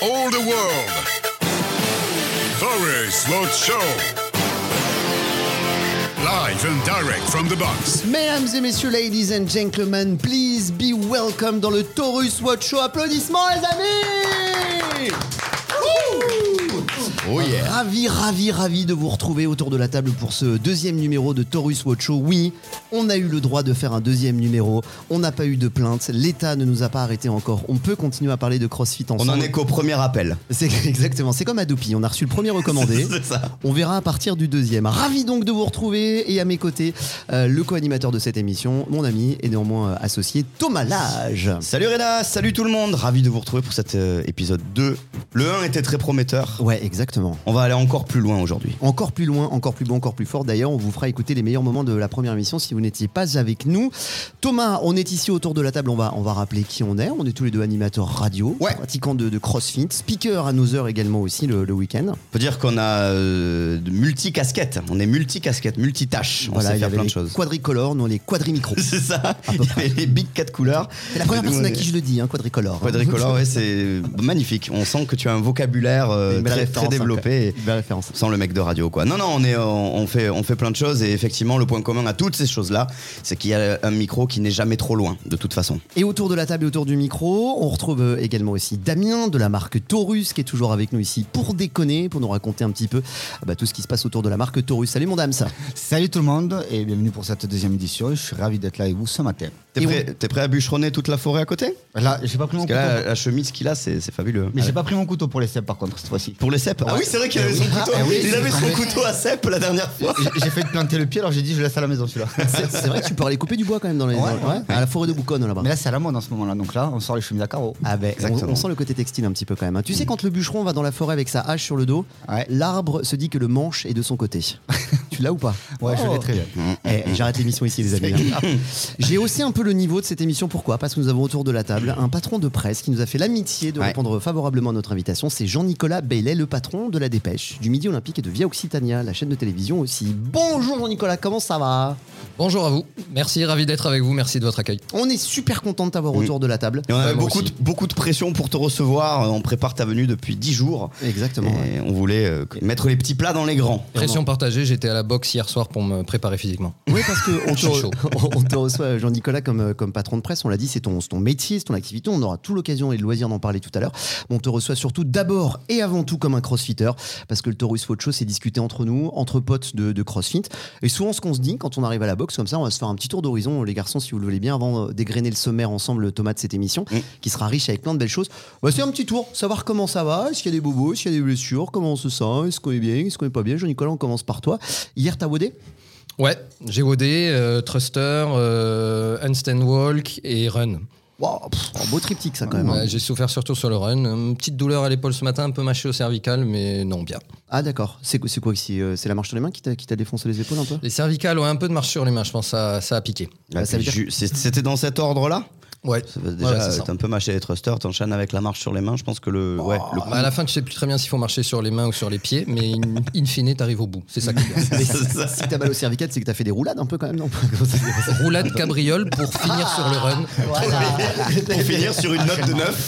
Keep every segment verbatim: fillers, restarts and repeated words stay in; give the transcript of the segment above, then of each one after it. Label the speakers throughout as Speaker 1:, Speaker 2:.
Speaker 1: all the world. Tourist Road Show. Live and direct from the box.
Speaker 2: Mesdames et messieurs, ladies and gentlemen, please be welcome dans le Taurus Watch Show. Applaudissements les amis. Oh yeah. Ravi, ravi, ravi de vous retrouver autour de la table pour ce deuxième numéro de Taurus Watch Show. Oui, on a eu le droit de faire un deuxième numéro. On n'a pas eu de plainte. L'État ne nous a pas arrêté encore. On peut continuer à parler de CrossFit ensemble.
Speaker 3: On en est qu'au premier appel.
Speaker 2: C'est exactement. C'est comme Adopi. On a reçu le premier recommandé.
Speaker 3: C'est ça.
Speaker 2: On verra à partir du deuxième. Ravi donc de vous retrouver et à mes côtés, euh, le co-animateur de cette émission, mon ami et néanmoins euh, associé Thomas Lage.
Speaker 3: Salut Reda, salut tout le monde. Ravi de vous retrouver pour cet euh, épisode deux. Le un était très prometteur.
Speaker 2: Ouais, exactement.
Speaker 3: On va aller encore plus loin aujourd'hui.
Speaker 2: Encore plus loin, encore plus beau, encore plus fort. D'ailleurs, on vous fera écouter les meilleurs moments de la première émission si vous n'étiez pas avec nous. Thomas, on est ici autour de la table. On va, on va rappeler qui on est. On est tous les deux animateurs radio,
Speaker 3: ouais.
Speaker 2: pratiquants de, de CrossFit, speaker à nos heures également aussi le, le week-end.
Speaker 3: On peut dire qu'on a euh, de multi-casquettes. On est multi-casquettes, multi-tâches. On
Speaker 2: voilà,
Speaker 3: sait faire plein
Speaker 2: les
Speaker 3: de choses.
Speaker 2: Quadricolores, nous on est quadrimicros.
Speaker 3: C'est ça. Il y avait les big quatre couleurs.
Speaker 2: C'est la première personne à qui je le dis, hein, quadricolore.
Speaker 3: Quadricolore, ouais, c'est magnifique. On sent que tu as un vocabulaire euh, très, très développé.
Speaker 2: Une belle référence.
Speaker 3: Sans le mec de radio, quoi. Non, non, on, est, on, on, fait, on fait plein de choses et effectivement, le point commun à toutes ces choses-là, c'est qu'il y a un micro qui n'est jamais trop loin, de toute façon.
Speaker 2: Et autour de la table et autour du micro, on retrouve également aussi Damien de la marque Taurus qui est toujours avec nous ici pour déconner, pour nous raconter un petit peu bah, tout ce qui se passe autour de la marque Taurus. Salut mon dame, ça.
Speaker 4: Salut tout le monde et bienvenue pour cette deuxième édition. Je suis ravi d'être là avec vous ce matin.
Speaker 3: T'es prêt, on... t'es prêt à bûcheronner toute la forêt à côté ?
Speaker 4: Là, j'ai pas pris mon
Speaker 3: Parce
Speaker 4: couteau.
Speaker 3: Que là, la chemise qu'il a, c'est, c'est fabuleux.
Speaker 4: Mais j'ai pas pris mon couteau pour les cèpes par contre cette fois-ci.
Speaker 3: Pour les cèpes ? Ah oui, c'est vrai qu'il avait son couteau.
Speaker 4: Ah, oui,
Speaker 3: il avait son couteau à cèpes la dernière fois.
Speaker 4: J'ai, j'ai fait planter le pied, alors j'ai dit je laisse à la maison celui-là.
Speaker 2: C'est, c'est vrai que tu peux aller couper du bois quand même dans les.
Speaker 4: Ouais,
Speaker 2: dans, ouais, à la forêt de Bouconne là-bas.
Speaker 4: Mais là c'est à la mode en ce moment-là, donc là on sort les chemises à carreaux.
Speaker 2: Ah ben, on, on sent le côté textile un petit peu quand même. Hein. Tu sais, quand le bûcheron va dans la forêt avec sa hache sur le dos,
Speaker 4: ouais.
Speaker 2: l'arbre se dit que le manche est de son côté. Tu l'as ou pas ?
Speaker 4: Ouais, oh. Je l'ai très bien.
Speaker 2: Eh, j'arrête l'émission ici, les amis. Hein. J'ai haussé un peu le niveau de cette émission. Pourquoi ? Parce que nous avons autour de la table un patron de presse qui nous a fait l'amitié de ouais. répondre favorablement à notre invitation. C'est Jean-Nicolas Baillet, le patron de La Dépêche, du Midi Olympique et de Via Occitania, la chaîne de télévision aussi. Bonjour Jean-Nicolas, comment ça va ?
Speaker 5: Bonjour à vous, merci, ravi d'être avec vous, merci de votre accueil.
Speaker 2: On est super content de t'avoir autour de la table.
Speaker 3: Et on a
Speaker 5: ouais,
Speaker 3: beaucoup de, beaucoup de pression pour te recevoir, on prépare ta venue depuis dix jours.
Speaker 2: Exactement.
Speaker 3: Et ouais. on voulait euh, mettre les petits plats dans les grands.
Speaker 5: Pression partagée, j'étais à la boxe hier soir pour me préparer physiquement.
Speaker 2: Oui, parce qu'on te, on te reçoit, Jean-Nicolas, comme, comme patron de presse, on l'a dit, c'est ton, c'est ton métier, c'est ton activité, on aura tout l'occasion et le loisir d'en parler tout à l'heure. On te reçoit surtout d'abord et avant tout comme un crossfitter, parce que le Taurus Watch Show, c'est discuter entre nous, entre potes de, de crossfit. Et souvent, ce qu'on se dit quand on arrive à la boxe, comme ça, on va se faire un petit tour d'horizon, les garçons, si vous le voulez bien, avant d'égrener le sommaire ensemble, Thomas, de cette émission, mmh. qui sera riche avec plein de belles choses. Bah, c'est un petit tour, savoir comment ça va, est-ce qu'il y a des bobos, est-ce qu'il y a des blessures, comment on se sent, est-ce qu'on est bien, est-ce qu'on est pas bien. Jean-Nicolas, on commence par toi. Hier, t'as wodé ?
Speaker 5: Ouais, j'ai wodé, euh, thruster, euh, handstand walk et run.
Speaker 2: Wow, pff, un beau triptyque ça quand même.
Speaker 5: Ouais,
Speaker 2: hein.
Speaker 5: J'ai souffert surtout sur le run. Une petite douleur à l'épaule ce matin, un peu mâché au cervical, mais non, bien.
Speaker 2: Ah d'accord, c'est, c'est quoi c'est, euh, c'est la marche sur les mains qui t'a, qui t'a défoncé les épaules un peu ?
Speaker 5: Les cervicales, ouais, un peu de marche sur les mains, je pense que ça, ça a piqué.
Speaker 3: Ah,
Speaker 2: bah, ça veut dire...
Speaker 3: ju- c'était dans cet ordre-là ?
Speaker 5: Ouais.
Speaker 3: Déjà,
Speaker 5: ouais, c'est
Speaker 3: t'es un peu mâché les thrusters, t'enchaînes avec la marche sur les mains. Je pense que le.
Speaker 2: Oh,
Speaker 3: ouais, le coup...
Speaker 5: À la fin, tu sais plus très bien s'il faut marcher sur les mains ou sur les pieds, mais in, in fine, t'arrives au bout. C'est ça qui est bien.
Speaker 2: Si t'as mal au cervical, c'est que t'as fait des roulades un peu quand même, non ?
Speaker 5: Roulade cabriole pour finir sur le run.
Speaker 2: Voilà.
Speaker 3: Pour finir sur une note de neuf.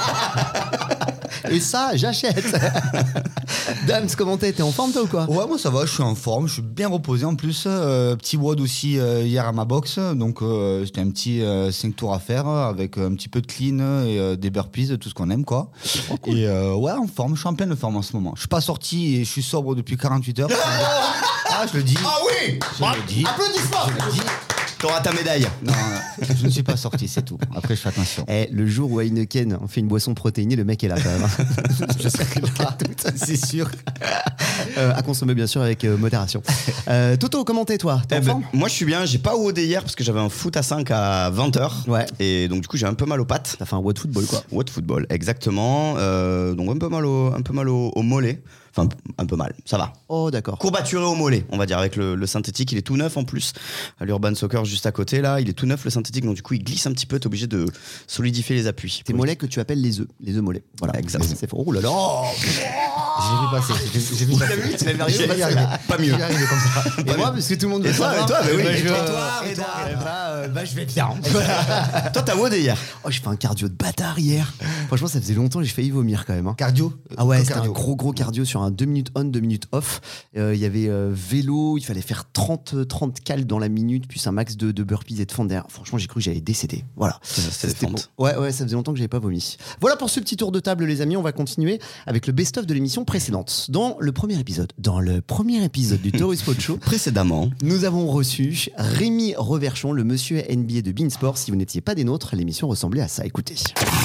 Speaker 2: Et ça, j'achète. Dams, comment t'es ? T'es en forme toi ou quoi ?
Speaker 4: Ouais, moi ça va, je suis en forme, je suis bien reposé en plus. Euh, petit WOD aussi euh, hier à ma boxe, donc euh, c'était un petit euh, cinq tours à faire avec un petit peu de clean et euh, des burpees, tout ce qu'on aime quoi. Oh, cool. Et euh, ouais, en forme, je suis en pleine forme en ce moment. Je suis pas sorti et je suis sobre depuis quarante-huit heures. Ah, je le dis.
Speaker 3: Ah oui.
Speaker 4: Je le dis.
Speaker 2: Applaudissements.
Speaker 4: Je le dis.
Speaker 3: T'auras ta médaille.
Speaker 4: Non, je ne suis pas sorti, c'est tout. Après, je fais attention.
Speaker 2: Eh, le jour où Heineken on fait une boisson protéinée, le mec est là quand même.
Speaker 4: Je serai là, c'est sûr.
Speaker 2: Euh, à consommer bien sûr avec euh, modération. Euh, Toto, comment t'es toi ? T'es
Speaker 3: Eh
Speaker 2: en
Speaker 3: ben,
Speaker 2: forme ?
Speaker 3: moi je suis bien, j'ai pas wodé hier parce que j'avais un foot à cinq à vingt heures.
Speaker 2: Ouais.
Speaker 3: Et donc du coup j'ai un peu mal aux pattes.
Speaker 2: T'as fait un what football quoi.
Speaker 3: What football, exactement. Euh, donc un peu mal au, un peu mal au, au mollet. Enfin, un peu mal, ça va.
Speaker 2: Oh, d'accord.
Speaker 3: Courbaturé au mollet, on va dire, avec le, le synthétique. Il est tout neuf en plus. À l'Urban Soccer, juste à côté, là, il est tout neuf le synthétique. Donc, du coup, il glisse un petit peu. T'es obligé de solidifier les appuis.
Speaker 2: Tes mollets que tu appelles les œufs. Les œufs mollets. Voilà.
Speaker 3: Exactement.
Speaker 2: C'est faux. Oh là là. Oh
Speaker 4: J'ai vu passer. J'ai j'ai vu passer.
Speaker 2: vu, tu l'avais
Speaker 4: Je vais y arriver.
Speaker 3: Pas mieux.
Speaker 4: Je vais y arriver comme ça.
Speaker 2: Et moi, parce que tout le monde veut
Speaker 3: Et toi,
Speaker 2: savoir.
Speaker 3: et toi, bah oui.
Speaker 2: Bah,
Speaker 3: Et
Speaker 2: je-
Speaker 3: toi,
Speaker 2: et toi,
Speaker 3: Reda.
Speaker 2: bah, euh, bah, je vais bien.
Speaker 3: Toi, t'as wodé hier.
Speaker 2: Oh, j'ai fait un cardio de bâtard hier. Franchement, ça faisait longtemps, j'ai failli vomir quand même. hein.
Speaker 4: Cardio.
Speaker 2: Ah ouais,
Speaker 4: Que
Speaker 2: c'était un
Speaker 4: cardio.
Speaker 2: gros gros cardio sur un deux minutes on, deux minutes off. Euh, Il y avait euh, vélo, il fallait faire trente, trente cales dans la minute, plus un max de, de burpees et de fentes derrière. Franchement, j'ai cru que j'allais décéder. Voilà.
Speaker 3: C'était des fentes.
Speaker 2: bon. Ouais, ouais, ça faisait longtemps que j'avais pas vomi. Voilà pour ce petit tour de table, les amis. On va continuer avec le best-of de l'émission précédente. Dans le premier épisode, dans le premier épisode du Taurus Pod Show,
Speaker 3: Précédemment.
Speaker 2: nous avons reçu Rémi Reverchon, le monsieur N B A de Beansport. Si vous n'étiez pas des nôtres, l'émission ressemblait à ça. Écoutez.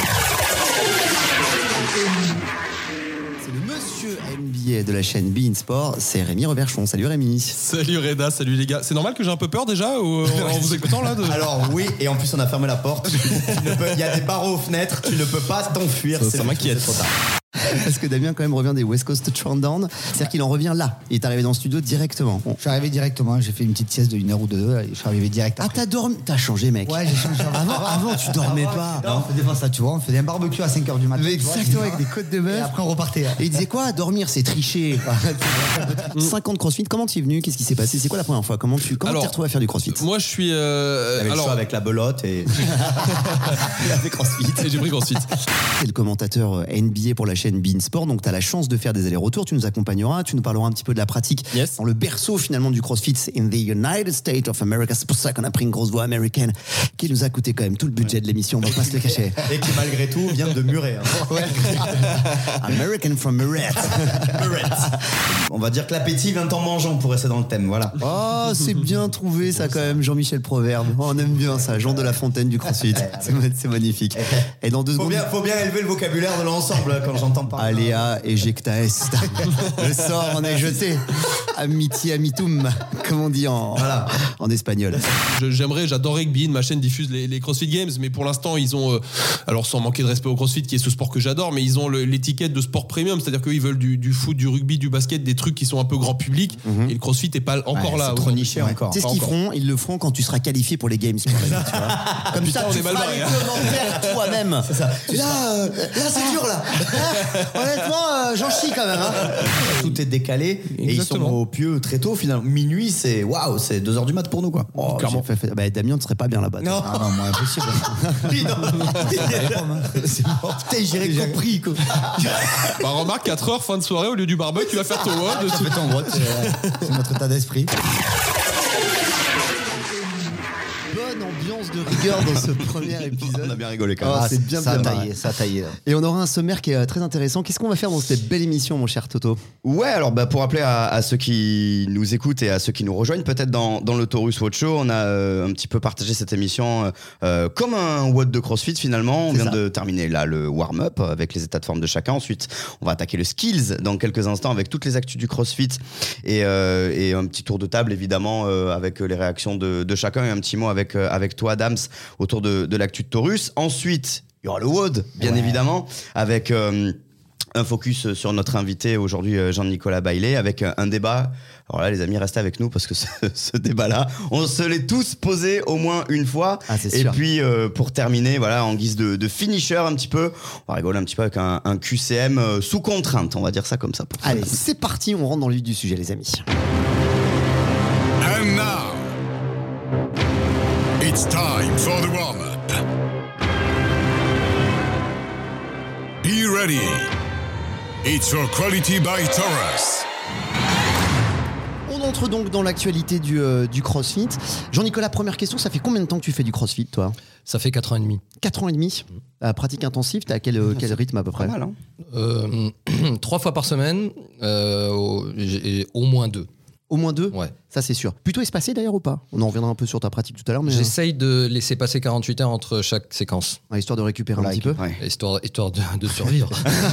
Speaker 2: C'est le monsieur N B A de la chaîne Beansport, c'est Rémi Reverchon. Salut Rémi.
Speaker 6: Salut Reda, salut les gars. C'est normal que j'ai un peu peur déjà ou, euh, en vous écoutant là de...
Speaker 3: Alors oui, et en plus on a fermé la porte. Tu ne peux- Il y a des barreaux aux fenêtres, tu ne peux pas t'enfuir.
Speaker 6: Ça-
Speaker 3: c'est-
Speaker 6: ça m'inquiète.
Speaker 3: c'est trop tard.
Speaker 2: Parce que Damien quand même revient des West Coast Countdown. C'est-à-dire qu'il en revient là. Il est arrivé dans le studio directement. Bon.
Speaker 4: Je suis arrivé directement. J'ai fait une petite sieste de une heure ou deux. Et je suis arrivé direct.
Speaker 2: Ah,
Speaker 4: après.
Speaker 2: t'as dormi. T'as changé, mec.
Speaker 4: Ouais, j'ai changé.
Speaker 2: Avant, avant, tu dormais pas.
Speaker 4: Non, on faisait pas ça, tu vois. On faisait un barbecue à cinq heures du matin.
Speaker 2: Mais
Speaker 4: tu vois,
Speaker 2: exactement,
Speaker 4: tu
Speaker 2: avec des
Speaker 4: vois.
Speaker 2: côtes de
Speaker 4: Et
Speaker 2: bœuf.
Speaker 4: après, on repartait.
Speaker 2: Et il disait quoi? Dormir, c'est tricher. cinq ans de crossfit. Comment tu es venu? Qu'est-ce qui s'est passé? C'est quoi la première fois? Comment tu comment
Speaker 6: Alors,
Speaker 2: t'es retrouvé à faire du crossfit?
Speaker 6: Moi je suis... euh,
Speaker 3: Avec,
Speaker 6: alors,
Speaker 3: le choix avec la belote et.
Speaker 2: Il a fait crossfit.
Speaker 6: et j'ai pris CrossFit.
Speaker 2: T'es le commentateur N B A pour la chaîne Beansport, donc tu as la chance de faire des allers-retours, tu nous accompagneras, tu nous parleras un petit peu de la pratique
Speaker 6: Yes.
Speaker 2: dans le berceau finalement du CrossFit in the United States of America. C'est pour ça qu'on a pris une grosse voix américaine qui nous a coûté quand même tout le budget de l'émission, on va pas se le cacher.
Speaker 3: Et qui malgré tout vient de Muret. hein.
Speaker 2: American from Muret.
Speaker 3: On va dire que l'appétit vient en mangeant pour rester dans le thème, voilà.
Speaker 2: Oh, c'est bien trouvé ça quand même, Jean-Michel Proverbe. Oh, on aime bien ça, Jean de la Fontaine du CrossFit. C'est, c'est magnifique. Et dans deux
Speaker 3: Faut
Speaker 2: secondes...
Speaker 3: bien, faut bien élever le vocabulaire de l'ensemble quand j'entends parler.
Speaker 2: Alea ejecta est. Le sort en est jeté. Amiti amitum, comme on dit en, en espagnol.
Speaker 6: Je- J'aimerais, j'adorerais que Bein, ma chaîne, diffuse les, les CrossFit Games, mais pour l'instant, ils ont, euh, alors sans manquer de respect au CrossFit, qui est ce sport que j'adore, mais ils ont le- l'étiquette de sport premium, c'est-à-dire qu'ils veulent du, du foot, du rugby, du basket, des trucs qui sont un peu grand public, et le CrossFit n'est pas encore
Speaker 3: Ouais,
Speaker 6: là.
Speaker 3: c'est trop
Speaker 6: aujourd'hui.
Speaker 3: niché encore.
Speaker 2: Tu sais ce qu'ils
Speaker 6: Encore.
Speaker 2: feront? Ils le feront quand tu seras qualifié pour les Games. tu vois. Comme
Speaker 6: Putain,
Speaker 2: ça,
Speaker 6: on
Speaker 2: tu
Speaker 6: est mal
Speaker 2: feras
Speaker 6: barré,
Speaker 2: les
Speaker 6: hein.
Speaker 2: commentaires toi-même. Là, euh, là, c'est dur là. Honnêtement, euh, j'en chie quand même. hein.
Speaker 3: Tout est décalé et ils sont
Speaker 6: Exactement.
Speaker 3: au pieu très tôt finalement. Minuit, c'est waouh, c'est deux heures du mat pour nous quoi.
Speaker 2: Oh,
Speaker 6: Clairement.
Speaker 2: j'ai fait- fait- bah, Damien ne serait pas bien là-bas.
Speaker 3: Non.
Speaker 4: Ah non, moi, impossible.
Speaker 3: Oui, non. C'est mort. Putain, j'irais compris quoi.
Speaker 6: Bah, remarque, quatre heures, fin de soirée, au lieu du barbecue, tu vas faire ton WOD.
Speaker 4: Tu fais ton vote. C'est c'est notre état d'esprit.
Speaker 2: Bonne ambiance de rigueur dans ce premier
Speaker 3: On a
Speaker 2: épisode.
Speaker 3: bien rigolé quand
Speaker 2: Ah,
Speaker 3: même.
Speaker 2: c'est bien,
Speaker 4: ça a
Speaker 2: bien
Speaker 4: taillé,
Speaker 2: marré.
Speaker 4: ça a taillé. là.
Speaker 2: Et on aura un sommaire qui est euh, très intéressant. Qu'est-ce qu'on va faire dans cette belle émission, mon cher Toto?
Speaker 3: Ouais, alors bah, pour rappeler à, à ceux qui nous écoutent et à ceux qui nous rejoignent, peut-être dans, dans le Taurus Watch Show, on a euh, un petit peu partagé cette émission euh, euh, comme un WOD de CrossFit finalement. On
Speaker 2: C'est
Speaker 3: vient
Speaker 2: ça.
Speaker 3: de terminer là le warm-up avec les états de forme de chacun. Ensuite, on va attaquer le skills dans quelques instants avec toutes les actus du CrossFit et, euh, et un petit tour de table évidemment euh, avec les réactions de, de chacun et un petit mot avec, euh, avec toi, Adams, autour de, de l'actu de Taurus. Ensuite, il y aura le WOD, bien
Speaker 2: Ouais.
Speaker 3: évidemment, avec... euh, un focus sur notre invité aujourd'hui, euh, Jean-Nicolas Bailey, avec un, un débat. Alors là, les amis, restez avec nous parce que ce, ce débat-là, on se l'est tous posé au moins une fois.
Speaker 2: Ah, c'est
Speaker 3: Et
Speaker 2: sûr.
Speaker 3: puis, euh, pour terminer, voilà, en guise de, de finisher un petit peu, on va rigoler un petit peu avec un, un Q C M euh, sous contrainte, on va dire ça comme ça. Pour
Speaker 2: Allez, c'est parti, on rentre dans le vif du sujet, les amis.
Speaker 1: And now, it's time for the warm-up. Be ready. It's for Quality by Taurus.
Speaker 2: On entre donc dans l'actualité du, euh, du CrossFit. Jean-Nicolas, première question, ça fait combien de temps que tu fais du CrossFit, toi?
Speaker 5: Ça fait quatre ans et demi.
Speaker 2: quatre ans et demi. À pratique intensive, t'as à quel, euh, quel rythme à peu
Speaker 3: Pas
Speaker 2: près?
Speaker 3: mal, hein.
Speaker 5: Euh, trois fois par semaine, euh, au, j'ai- et au moins deux.
Speaker 2: Au moins deux?
Speaker 5: Ouais.
Speaker 2: Ça, c'est sûr. Plutôt espacé d'ailleurs ou pas? On en reviendra un peu sur ta pratique tout à l'heure, mais
Speaker 5: J'essaye de laisser passer quarante-huit heures entre chaque séquence,
Speaker 2: euh, histoire de récupérer un
Speaker 3: Like,
Speaker 2: petit peu.
Speaker 3: ouais.
Speaker 5: histoire, histoire de, de survivre.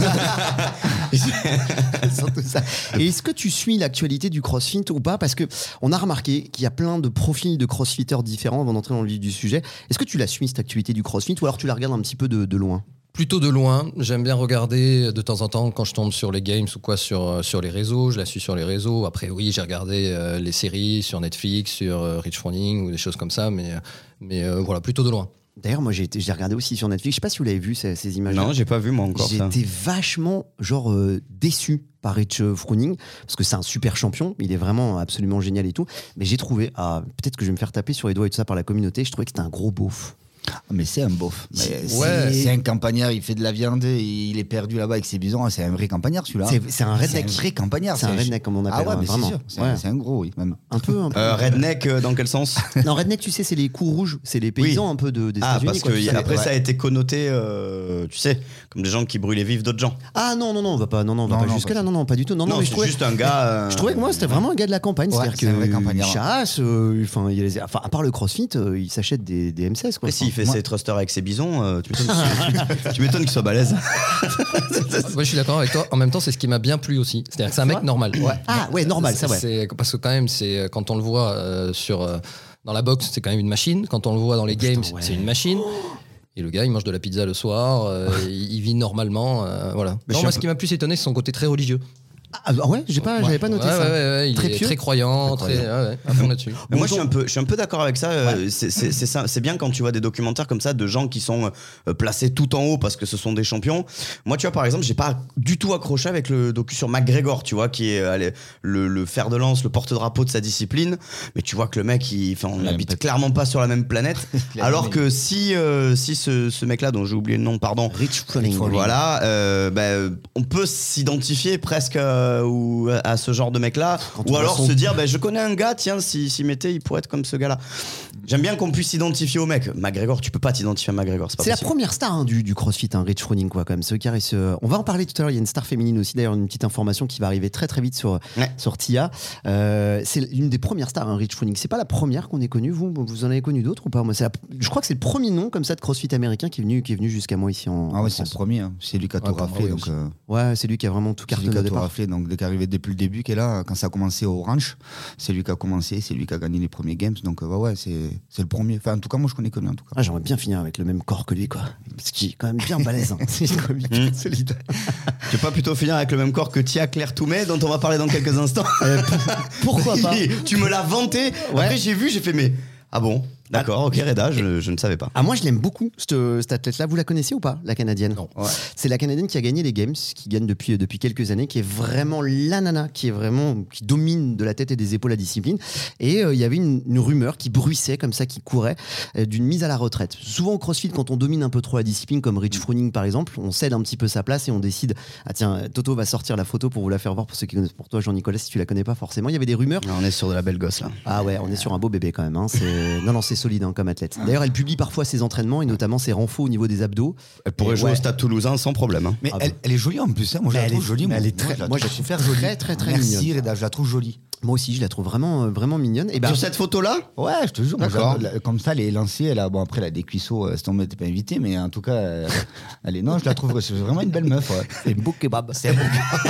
Speaker 2: Surtout ça. Et est-ce que tu suis l'actualité du CrossFit ou pas? Parce que on a remarqué qu'il y a plein de profils de crossfitters différents avant d'entrer dans le vif du sujet. Est-ce que tu la suis, cette activité du CrossFit, ou alors tu la regardes un petit peu de, de loin?
Speaker 5: Plutôt de loin, j'aime bien regarder de temps en temps quand je tombe sur les games ou quoi sur, sur les réseaux, je la suis sur les réseaux. Après oui, j'ai regardé euh, les séries sur Netflix, sur euh, Rich Froning ou des choses comme ça, mais, mais euh, voilà, plutôt de loin.
Speaker 2: D'ailleurs, moi, j'ai, été- j'ai regardé aussi sur Netflix. Je sais pas si vous l'avez vu, ces, ces images.
Speaker 3: Non, j'ai pas vu moi encore ça.
Speaker 2: J'étais vachement genre euh, déçu par Rich Froning parce que c'est un super champion, il est vraiment absolument génial et tout. Mais j'ai trouvé, ah, peut-être que je vais me faire taper sur les doigts et tout ça par la communauté. Je trouvais que c'était un gros beauf.
Speaker 4: Mais c'est un beauf. Mais c'est,
Speaker 5: Ouais.
Speaker 4: c'est un campagnard, il fait de la viande, et il est perdu là-bas avec ses bisons. C'est un vrai campagnard celui-là.
Speaker 2: C'est, c'est un
Speaker 4: C'est
Speaker 2: redneck.
Speaker 4: un vrai campagnard.
Speaker 2: C'est un redneck comme on appelle.
Speaker 4: Ah ouais,
Speaker 2: hein,
Speaker 4: mais c'est
Speaker 2: vraiment.
Speaker 4: sûr. C'est,
Speaker 2: Ouais.
Speaker 4: un, c'est un gros, oui. Même.
Speaker 2: Un peu. Un peu.
Speaker 3: Euh, redneck euh, dans quel sens?
Speaker 2: Non, redneck, tu sais, c'est les coups rouges, c'est les paysans un peu de, des
Speaker 3: Ah,
Speaker 2: États-Unis.
Speaker 3: parce
Speaker 2: quoi,
Speaker 3: que
Speaker 2: tu
Speaker 3: y-
Speaker 2: sais.
Speaker 3: après
Speaker 2: Ouais.
Speaker 3: ça a été connoté, euh, tu sais, comme des gens qui brûlent les vifs d'autres gens.
Speaker 2: Ah non, non, non, on va pas, non, non, on va
Speaker 4: Non,
Speaker 2: pas
Speaker 4: non,
Speaker 2: jusque
Speaker 4: pas
Speaker 2: là,
Speaker 4: ça.
Speaker 2: non, non, pas du tout. Non, non,
Speaker 3: Non,
Speaker 2: mais je
Speaker 3: c'est
Speaker 2: trouvais,
Speaker 3: juste un gars. euh,
Speaker 2: je trouvais que moi, c'était vraiment un gars de la campagne,
Speaker 4: Ouais,
Speaker 2: c'est-à-dire
Speaker 4: c'est un vrai
Speaker 2: que
Speaker 4: campagnard.
Speaker 2: il chasse, euh, enfin, il les- enfin, à part le CrossFit, euh, il s'achète des, des M seize quoi.
Speaker 3: Après, s'il fait
Speaker 2: Enfin,
Speaker 3: ses thrusters avec ses bisons, euh, tu m'étonnes tu- tu m'étonnes qu'il soit balèze.
Speaker 5: Ouais, je suis d'accord avec toi. En même temps, c'est ce qui m'a bien plu aussi. C'est-à-dire que c'est un mec normal. Ouais.
Speaker 2: Ah ouais, normal, ça ouais.
Speaker 5: C'est, parce que quand même, c'est quand on le voit euh, sur euh, dans la boxe, c'est quand même une machine. Quand on le voit dans les games,
Speaker 2: ouais.
Speaker 5: c'est une machine. Et le gars, il mange de la pizza le soir, euh, il, il vit normalement, euh, voilà.
Speaker 3: Mais
Speaker 5: Non,
Speaker 3: je suis
Speaker 5: moi,
Speaker 3: un
Speaker 5: ce
Speaker 3: peu-
Speaker 5: qui m'a plus étonné, c'est son côté très religieux.
Speaker 2: Ah ah ouais, j'ai pas, j'avais pas noté
Speaker 5: ouais,
Speaker 2: ça.
Speaker 5: ouais, ouais, ouais, il
Speaker 2: Très
Speaker 5: est
Speaker 2: pieux.
Speaker 5: très croyant,
Speaker 4: Très
Speaker 5: très, ouais, ouais, à fond là-dessus.
Speaker 3: Mais moi, je suis un peu, je suis un peu d'accord avec ça. euh, C'est, c'est, c'est ça. C'est bien quand tu vois des documentaires comme ça de gens qui sont euh, placés tout en haut parce que ce sont des champions. Moi, tu vois, par exemple, j'ai pas du tout accroché avec le docu sur McGregor, tu vois, qui est allez, le, le fer de lance, le porte-drapeau de sa discipline. Mais tu vois que le mec, il, enfin, on
Speaker 4: Ouais,
Speaker 3: n'habite
Speaker 4: peut-être.
Speaker 3: clairement pas sur la même planète.
Speaker 4: Clairement,
Speaker 3: alors
Speaker 4: il-
Speaker 3: que si, euh, si ce, ce mec-là, dont j'ai oublié le nom, pardon.
Speaker 2: Rich Froning.
Speaker 3: Voilà, euh, ben, on peut s'identifier presque euh, ou à ce genre de mec-là,
Speaker 2: Quand on
Speaker 3: ou
Speaker 2: voit
Speaker 3: alors
Speaker 2: son-
Speaker 3: se dire, ben, je connais un gars, tiens, si- s'il m'était, il pourrait être comme ce gars-là. J'aime bien qu'on puisse s'identifier au mec. McGregor, tu peux pas t'identifier à McGregor, c'est pas
Speaker 2: C'est la
Speaker 3: possible.
Speaker 2: première star hein, du, du CrossFit, hein, Rich Froning, quoi, quand même. Ceux qui arrivent, ce- On va en parler tout à l'heure. Il y a une star féminine aussi, d'ailleurs, une petite information qui va arriver très très vite sur,
Speaker 3: Ouais.
Speaker 2: sur T I A. Euh, c'est une des premières stars, hein, Rich Froning. C'est pas la première qu'on ait connue, vous Vous en avez connu d'autres ou pas? Moi, c'est la- Je crois que c'est le premier nom comme ça de CrossFit américain qui est venu, qui est venu jusqu'à moi ici en,
Speaker 4: Ah
Speaker 2: en
Speaker 4: ouais, c'est le
Speaker 2: France.
Speaker 4: premier. hein. C'est lui qui a tout
Speaker 5: Ouais,
Speaker 4: raflé.
Speaker 5: oui,
Speaker 4: Donc,
Speaker 5: aussi.
Speaker 4: euh,
Speaker 2: Ouais, c'est lui qui a vraiment tout
Speaker 4: c'est lui
Speaker 2: cartonné
Speaker 4: qui
Speaker 2: au
Speaker 4: a tout
Speaker 2: départ.
Speaker 4: raflé. Donc, dès qu'arrivé depuis le début, qui est là, quand ça a commencé au ranch, c'est lui qui a commencé, c'est lui qui a gagné les premiers games. Donc, euh, ouais, ouais, c'est, c'est le premier. Enfin, en tout cas, moi, je connais que lui, en tout cas.
Speaker 2: Ah, j'aimerais bien finir avec le même corps que lui, quoi. Parce qu'il est quand même bien balèze. Hein. C'est quand même bien solide.
Speaker 3: Tu veux pas plutôt finir avec le même corps que Tia Claire Toumet, dont on va parler dans quelques instants?
Speaker 2: Euh, Pourquoi pas?
Speaker 3: Tu me l'as vanté. Après, j'ai vu, j'ai fait, mais. Ah bon? D'accord, ok, Reda, je, je ne savais pas.
Speaker 2: Ah, moi, je l'aime beaucoup, cette, cette athlète-là. Vous la connaissez ou pas, la Canadienne?
Speaker 5: Non.
Speaker 2: Ouais. C'est la Canadienne qui a gagné les Games, qui gagne depuis, depuis quelques années, qui est vraiment la nana, qui est vraiment, qui domine de la tête et des épaules la discipline. Et euh, il y avait une, une rumeur qui bruissait comme ça, qui courait, euh, d'une mise à la retraite. Souvent au CrossFit, quand on domine un peu trop la discipline, comme Rich Froning par exemple, on cède un petit peu sa place et on décide, ah tiens, Toto va sortir la photo pour vous la faire voir pour ceux qui connaissent, pour toi Jean-Nicolas, si tu la connais pas forcément. Il y avait des rumeurs.
Speaker 3: Là, on est sur de la belle gosse, là.
Speaker 2: Ah ouais, on est sur un beau bébé quand même. Hein. C'est... Non, non, c'est solide hein, comme athlète. D'ailleurs, elle publie parfois ses entraînements et notamment ses renforts au niveau des abdos.
Speaker 3: Elle pourrait
Speaker 2: Et
Speaker 3: jouer
Speaker 2: ouais.
Speaker 3: au Stade Toulousain sans problème. hein.
Speaker 4: Mais
Speaker 2: Ah
Speaker 4: elle,
Speaker 2: bah.
Speaker 4: elle est jolie en plus. Hein. Moi, je
Speaker 2: Mais
Speaker 4: la
Speaker 2: elle
Speaker 4: trouve
Speaker 2: est-
Speaker 4: jolie.
Speaker 2: mais
Speaker 4: Moi,
Speaker 2: elle est très-
Speaker 4: moi, je la
Speaker 2: moi,
Speaker 4: trouve
Speaker 2: je la
Speaker 4: super
Speaker 2: trouve
Speaker 4: jolie.
Speaker 2: très, très, très
Speaker 4: Merci,
Speaker 2: mignonne.
Speaker 4: Reda, je la trouve jolie.
Speaker 2: Moi aussi, je la trouve vraiment, euh, vraiment mignonne. Et ben,
Speaker 3: Sur cette photo-là?
Speaker 4: Ouais, je te jure. moi,
Speaker 3: D'accord.
Speaker 4: je la- la- comme ça, elle est lancée. Elle a, bon, après, elle a des cuisseaux. Euh, si on m'était pas invité, mais en tout cas, euh, elle est. Non, je la trouve. C'est vraiment une belle meuf. Ouais.
Speaker 2: c'est beau kebab.
Speaker 4: C'est bon.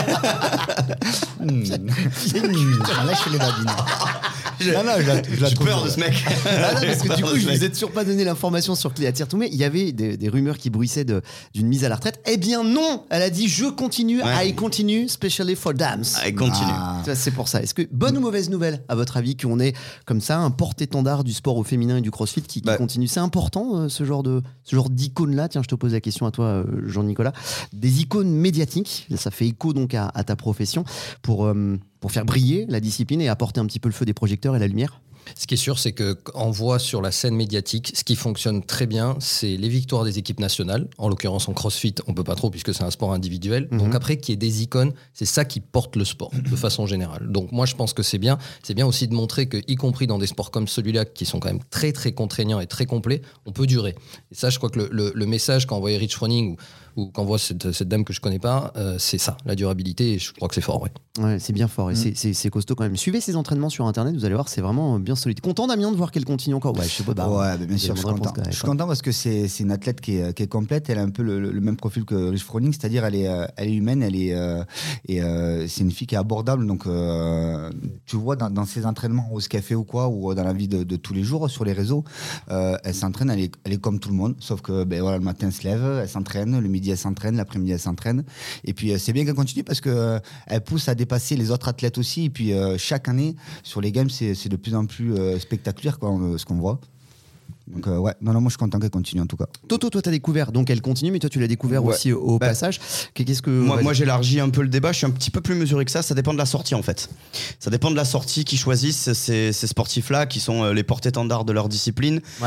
Speaker 4: Mmh. Mmh. Ah, là, je fais les babines. Non, non, je la, je la
Speaker 3: J'ai
Speaker 4: trouve.
Speaker 3: peur de ce mec.
Speaker 2: Ah non, parce que
Speaker 3: J'ai
Speaker 2: du
Speaker 3: peur
Speaker 2: coup,
Speaker 3: de
Speaker 2: je
Speaker 3: ce
Speaker 2: vous
Speaker 3: mec.
Speaker 2: ai toujours pas donné l'information sur Cléa Tirtoumé. Il y avait des, des rumeurs qui bruissaient de, d'une mise à la retraite. Eh bien non, elle a dit je continue,
Speaker 3: Ouais.
Speaker 2: I continue, especially for dams.
Speaker 3: Allez, continue.
Speaker 4: Ah.
Speaker 2: Ça, c'est pour ça. Est-ce que bonne ou mauvaise nouvelle, à votre avis, qu'on ait comme ça un porte-étendard du sport au féminin et du CrossFit qui, qui
Speaker 3: Bah.
Speaker 2: continue? C'est important euh, ce genre de ce genre d'icône-là. Tiens, je te pose la question à toi, euh, Jean-Nicolas. Des icônes médiatiques, ça fait écho donc à, à ta profession pour euh, pour faire briller la discipline et apporter un petit peu le feu des projecteurs et la lumière.
Speaker 5: Ce qui est sûr, c'est qu'on voit sur la scène médiatique, ce qui fonctionne très bien, c'est les victoires des équipes nationales. En l'occurrence, en CrossFit, on peut pas trop puisque c'est un sport individuel.
Speaker 2: Mhm.
Speaker 5: Donc après, qu'il y ait des icônes, c'est ça qui porte le sport de façon générale. Donc moi, je pense que c'est bien. C'est bien aussi de montrer que, y compris dans des sports comme celui-là, qui sont quand même très très contraignants et très complets, on peut durer. Et ça, je crois que le, le- le message qu'a envoyé Rich Froning, où ou quand on voit cette, cette dame que je connais pas, euh, c'est ça, la durabilité, et je crois que c'est fort, ouais.
Speaker 2: Ouais, c'est bien fort et
Speaker 4: Mm.
Speaker 2: c'est, c'est, c'est costaud quand même. Suivez ses entraînements sur internet, vous allez voir, c'est vraiment bien solide. Content, Damien, de voir qu'elle continue encore. Ouais, je sais pas. Bah,
Speaker 4: ouais, mais bien sûr, je suis content. Je suis
Speaker 2: content.
Speaker 4: content parce que c'est, c'est une athlète qui est, qui est complète. Elle a un peu le, le même profil que Rich Froning, c'est-à-dire elle est, euh, elle est humaine, elle est, euh, et euh, c'est une fille qui est abordable. Donc, euh, tu vois, dans, dans ses entraînements, ou ce qu'elle fait ou quoi, ou dans la vie de, de tous les jours sur les réseaux, euh, elle s'entraîne, elle est, elle est comme tout le monde, sauf que ben, voilà, le matin, elle se lève, elle s'entraîne, le midi, elle s'entraîne, l'après-midi, elle s'entraîne. Et puis, euh, c'est bien qu'elle continue parce qu'elle euh, pousse à dépasser les autres athlètes aussi. Et puis, euh, chaque année, sur les games, c'est, c'est de plus en plus euh, spectaculaire quoi, euh, ce qu'on voit. Donc euh, ouais, non, non, moi je suis content qu'elle continue en tout cas.
Speaker 2: Toto, toi t'as découvert, donc elle continue, mais toi tu l'as découvert
Speaker 3: Ouais.
Speaker 2: aussi au, au
Speaker 3: Bah,
Speaker 2: passage. Qu'est-ce que
Speaker 3: Moi,
Speaker 2: vas-y.
Speaker 3: moi, j'élargis un peu le débat, je suis un petit peu plus mesuré que ça, ça dépend de la sortie en fait. Ça dépend de la sortie qu'ils choisissent ces, ces sportifs-là qui sont euh, les porte-étendards de leur discipline.
Speaker 2: Ouais.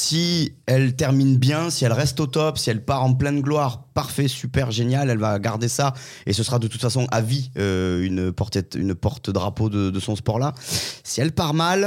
Speaker 3: Si elle termine bien, si elle reste au top, si elle part en pleine gloire, parfait, super, génial, elle va garder ça et ce sera de toute façon à vie euh, une, porte, une porte-drapeau de, de son sport-là. Si elle part mal,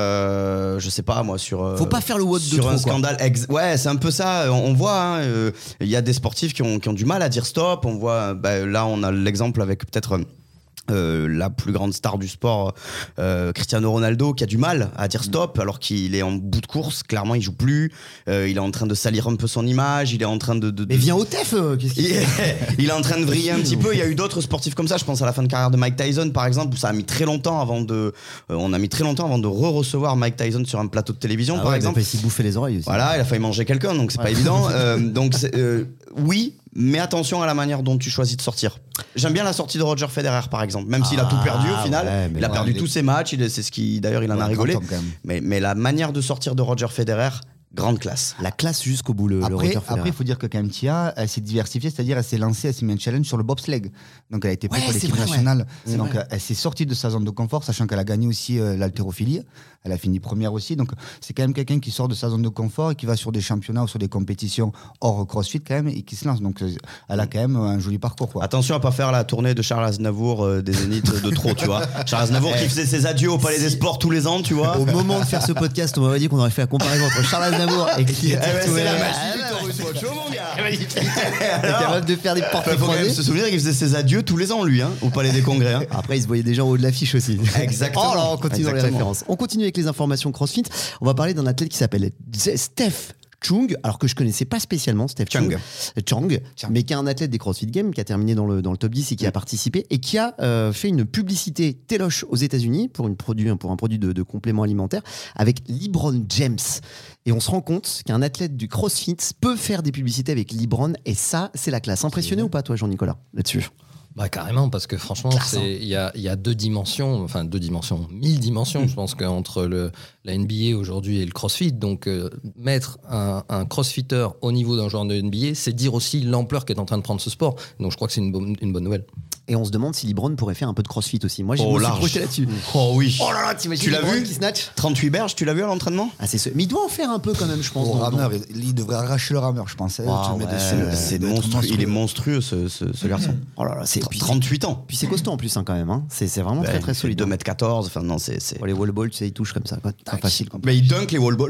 Speaker 3: euh, je sais pas moi, sur, euh,
Speaker 2: Faut pas faire le what de
Speaker 3: sur
Speaker 2: trop,
Speaker 3: un
Speaker 2: quoi.
Speaker 3: scandale. Ex- ouais, c'est un peu ça. On, on voit, hein, euh, il y a des sportifs qui ont, qui ont du mal à dire stop. On voit, bah, là, on a l'exemple avec peut-être. Euh, la plus grande star du sport, euh, Cristiano Ronaldo, qui a du mal à dire stop alors qu'il est en bout de course. Clairement, il joue plus. Euh, il est en train de salir un peu son image. Il est en train de. de, de...
Speaker 2: Mais viens au T F euh, qu'est-ce qu'il
Speaker 3: Il
Speaker 2: fait
Speaker 3: est, il est en train de vriller un petit peu. Il y a eu d'autres sportifs comme ça. Je pense à la fin de carrière de Mike Tyson, par exemple, où ça a mis très longtemps avant de. Euh, on a mis très longtemps avant de re-recevoir Mike Tyson sur un plateau de télévision,
Speaker 2: Ah
Speaker 3: par
Speaker 2: ouais,
Speaker 3: exemple.
Speaker 2: Il a failli bouffer les oreilles aussi.
Speaker 3: Voilà, il a failli manger quelqu'un, donc c'est pas évident. Euh, donc c'est, euh, oui, mais attention à la manière dont tu choisis de sortir. J'aime bien la sortie de Roger Federer, par exemple, même s'il a tout perdu au final.
Speaker 2: ouais, mais
Speaker 3: il a
Speaker 4: ouais,
Speaker 3: perdu
Speaker 4: il est-
Speaker 3: tous ses matchs. Il est- c'est ce qui, d'ailleurs, il en a
Speaker 4: Ouais,
Speaker 3: rigolé.
Speaker 4: grand homme, quand même.
Speaker 3: Mais, mais la manière de sortir de Roger Federer, grande classe.
Speaker 2: La classe jusqu'au bout, le, le
Speaker 4: Après,
Speaker 2: Roger
Speaker 4: après,
Speaker 2: Federer.
Speaker 4: il faut dire que quand même Tia, elle s'est diversifiée, c'est-à-dire elle s'est lancée, elle s'est mis un challenge sur le bobsleigh. Donc elle a été prise
Speaker 2: Ouais,
Speaker 4: pour
Speaker 2: c'est
Speaker 4: l'équipe
Speaker 2: vrai,
Speaker 4: nationale.
Speaker 2: ouais. C'est
Speaker 4: Donc
Speaker 2: vrai.
Speaker 4: euh, elle s'est sortie de sa zone de confort, sachant qu'elle a gagné aussi euh, l'haltérophilie. Elle a fini première aussi. Donc c'est quand même quelqu'un qui sort de sa zone de confort et qui va sur des championnats ou sur des compétitions hors CrossFit quand même et qui se lance. Donc euh, elle a quand même un joli parcours. Quoi.
Speaker 3: Attention à pas faire la tournée de Charles Aznavour euh, des Zéniths de trop, tu vois. Charles Aznavour qui faisait ses adieux au Palais des Sports tous les ans, tu vois.
Speaker 2: Au moment de faire ce podcast, on m'aurait dit qu'on aurait fait la comparaison entre Charles Aznavour et qui
Speaker 3: Eh ben, c'est la
Speaker 2: Ah,
Speaker 3: magie du
Speaker 2: ouais,
Speaker 3: Taurus Watch, oh, mon gars.
Speaker 2: est capable de faire des portes
Speaker 3: Il faut quand même
Speaker 2: croisées.
Speaker 3: se souvenir qu'il faisait ses adieux tous les ans, lui, hein, au Palais des Congrès. Hein.
Speaker 2: Après, il se voyait déjà en haut de l'affiche aussi.
Speaker 3: Exactement.
Speaker 2: Oh là, on continue dans les
Speaker 3: Exactement.
Speaker 2: références. On continue avec les informations CrossFit. On va parler d'un athlète qui s'appelle Steph Chung, alors que je connaissais pas spécialement Steph Chung,
Speaker 3: Chung.
Speaker 2: Chang, mais qui est un athlète des CrossFit Games, qui a terminé dans le, dans le top dix et qui a participé et qui a euh, fait une publicité téloche aux États-Unis pour, une produit, pour un produit de, de complément alimentaire avec LeBron James. Et on se rend compte qu'un athlète du CrossFit peut faire des publicités avec LeBron et ça, c'est la classe. Impressionné ou pas, toi, Jean-Nicolas, là-dessus?
Speaker 5: Bah carrément, parce que franchement,
Speaker 2: Classe, hein.
Speaker 5: c'est- il y a, il y a deux dimensions, enfin deux dimensions, mille dimensions, je pense qu'entre le, la N B A aujourd'hui et le CrossFit. Donc euh, mettre un, un CrossFitter au niveau d'un joueur de N B A, c'est dire aussi l'ampleur qu'est en train de prendre ce sport. Donc je crois que c'est une, bonne- une bonne nouvelle.
Speaker 2: Et on se demande si LeBron pourrait faire un peu de CrossFit aussi. Moi, j'ai
Speaker 3: Oh,
Speaker 2: me suis
Speaker 3: large.
Speaker 2: projeté là-dessus.
Speaker 3: Oh oui.
Speaker 2: Oh là là, t'imagines
Speaker 3: Tu l'as
Speaker 2: LeBron
Speaker 3: vu
Speaker 2: qui snatch?
Speaker 3: trente-huit berges, tu l'as vu à l'entraînement?
Speaker 2: Ah, c'est ce... Mais il doit en faire un peu quand même, je pense.
Speaker 4: Au
Speaker 2: dans-
Speaker 4: rameur,
Speaker 2: dans-
Speaker 4: il, il devrait arracher le rameur, je pense. hein.
Speaker 2: Ah,
Speaker 4: Tu le mets
Speaker 2: ouais,
Speaker 4: dessus,
Speaker 2: ouais,
Speaker 4: euh,
Speaker 3: C'est
Speaker 4: il doit être
Speaker 3: monstrueux. Il est
Speaker 4: monstrueux.
Speaker 3: monstrueux, ce, ce, ce garçon.
Speaker 2: Oh là là, c'est puis,
Speaker 3: trente-huit ans.
Speaker 2: puis c'est costaud en plus hein, quand même. Hein. C'est c'est vraiment très
Speaker 3: Ouais,
Speaker 2: très
Speaker 3: il fait
Speaker 2: solide.
Speaker 3: deux mètres quatorze. Enfin, non, c'est. c'est-
Speaker 2: Oh, les wall balls, tu sais, ils touchent comme ça. Quoi. C'est facile. Comme...
Speaker 3: Mais il dunk les wall balls.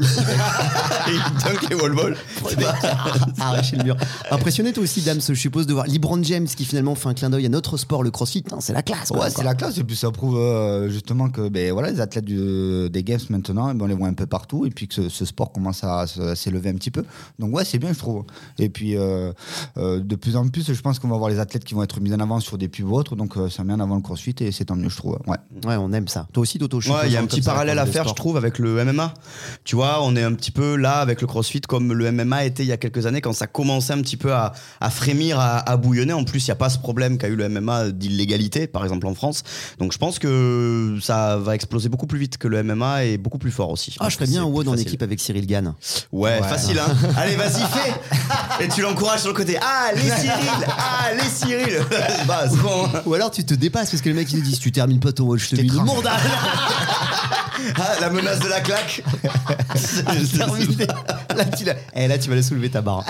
Speaker 3: il dunk les wall balls. C'est pas-
Speaker 2: Arracher le mur. Impressionné toi aussi, Dams, je suppose, de voir LeBron James qui finalement fait un clin d'œil à notre sport, le CrossFit. Hein, c'est la classe.
Speaker 4: Ouais, c'est la classe. Et puis ça prouve euh, justement que ben, voilà, les athlètes du- des Games maintenant, eh ben, on les voit un peu partout. Et puis que ce, ce sport commence à, se- à s'élever un petit peu. Donc ouais, c'est bien, je trouve. Et puis euh, euh, de plus en plus, je pense qu'on va voir les athlètes qui vont être mis en avant sur des pubs ou autres. Donc euh, ça met en avant le CrossFit et c'est tant mieux, je trouve. Ouais.
Speaker 2: Ouais, on aime ça. Toi aussi, Toto, je
Speaker 3: Ouais,
Speaker 2: suppose,
Speaker 3: il y a un
Speaker 2: comme
Speaker 3: petit
Speaker 2: ça,
Speaker 3: parallèle
Speaker 2: comme
Speaker 3: à
Speaker 2: des
Speaker 3: faire, je
Speaker 2: sports.
Speaker 3: trouve, avec le M M A. Tu vois, on est un petit peu là avec le CrossFit comme le M M A était il y a quelques années quand ça commençait un petit peu à, à frémir, à, à bouillonner. En plus, il n'y a pas ce problème qu'a eu le M M A d'illégalité, par exemple en France. Donc je pense que ça va exploser beaucoup plus vite que le M M A et beaucoup plus fort aussi.
Speaker 2: Ah, je ferais
Speaker 3: C'est
Speaker 2: bien un
Speaker 3: plus
Speaker 2: WOD en
Speaker 3: facile.
Speaker 2: équipe avec Cyril Gann.
Speaker 3: Ouais,
Speaker 4: Ouais.
Speaker 3: facile, hein. Allez, vas-y, fais. Et tu l'encourages sur le côté. Ah, les Cyril. Ah, les Cyril. Bah, c'est bon.
Speaker 2: Ou alors tu te dépasses parce que les mecs ils nous disent tu termines pas ton WOD, je te mets une
Speaker 4: cramé.
Speaker 2: mondale.
Speaker 3: Ah, la menace de la claque.
Speaker 2: Terminé. Là, tu l'as- eh, là, tu vas le soulever ta barre.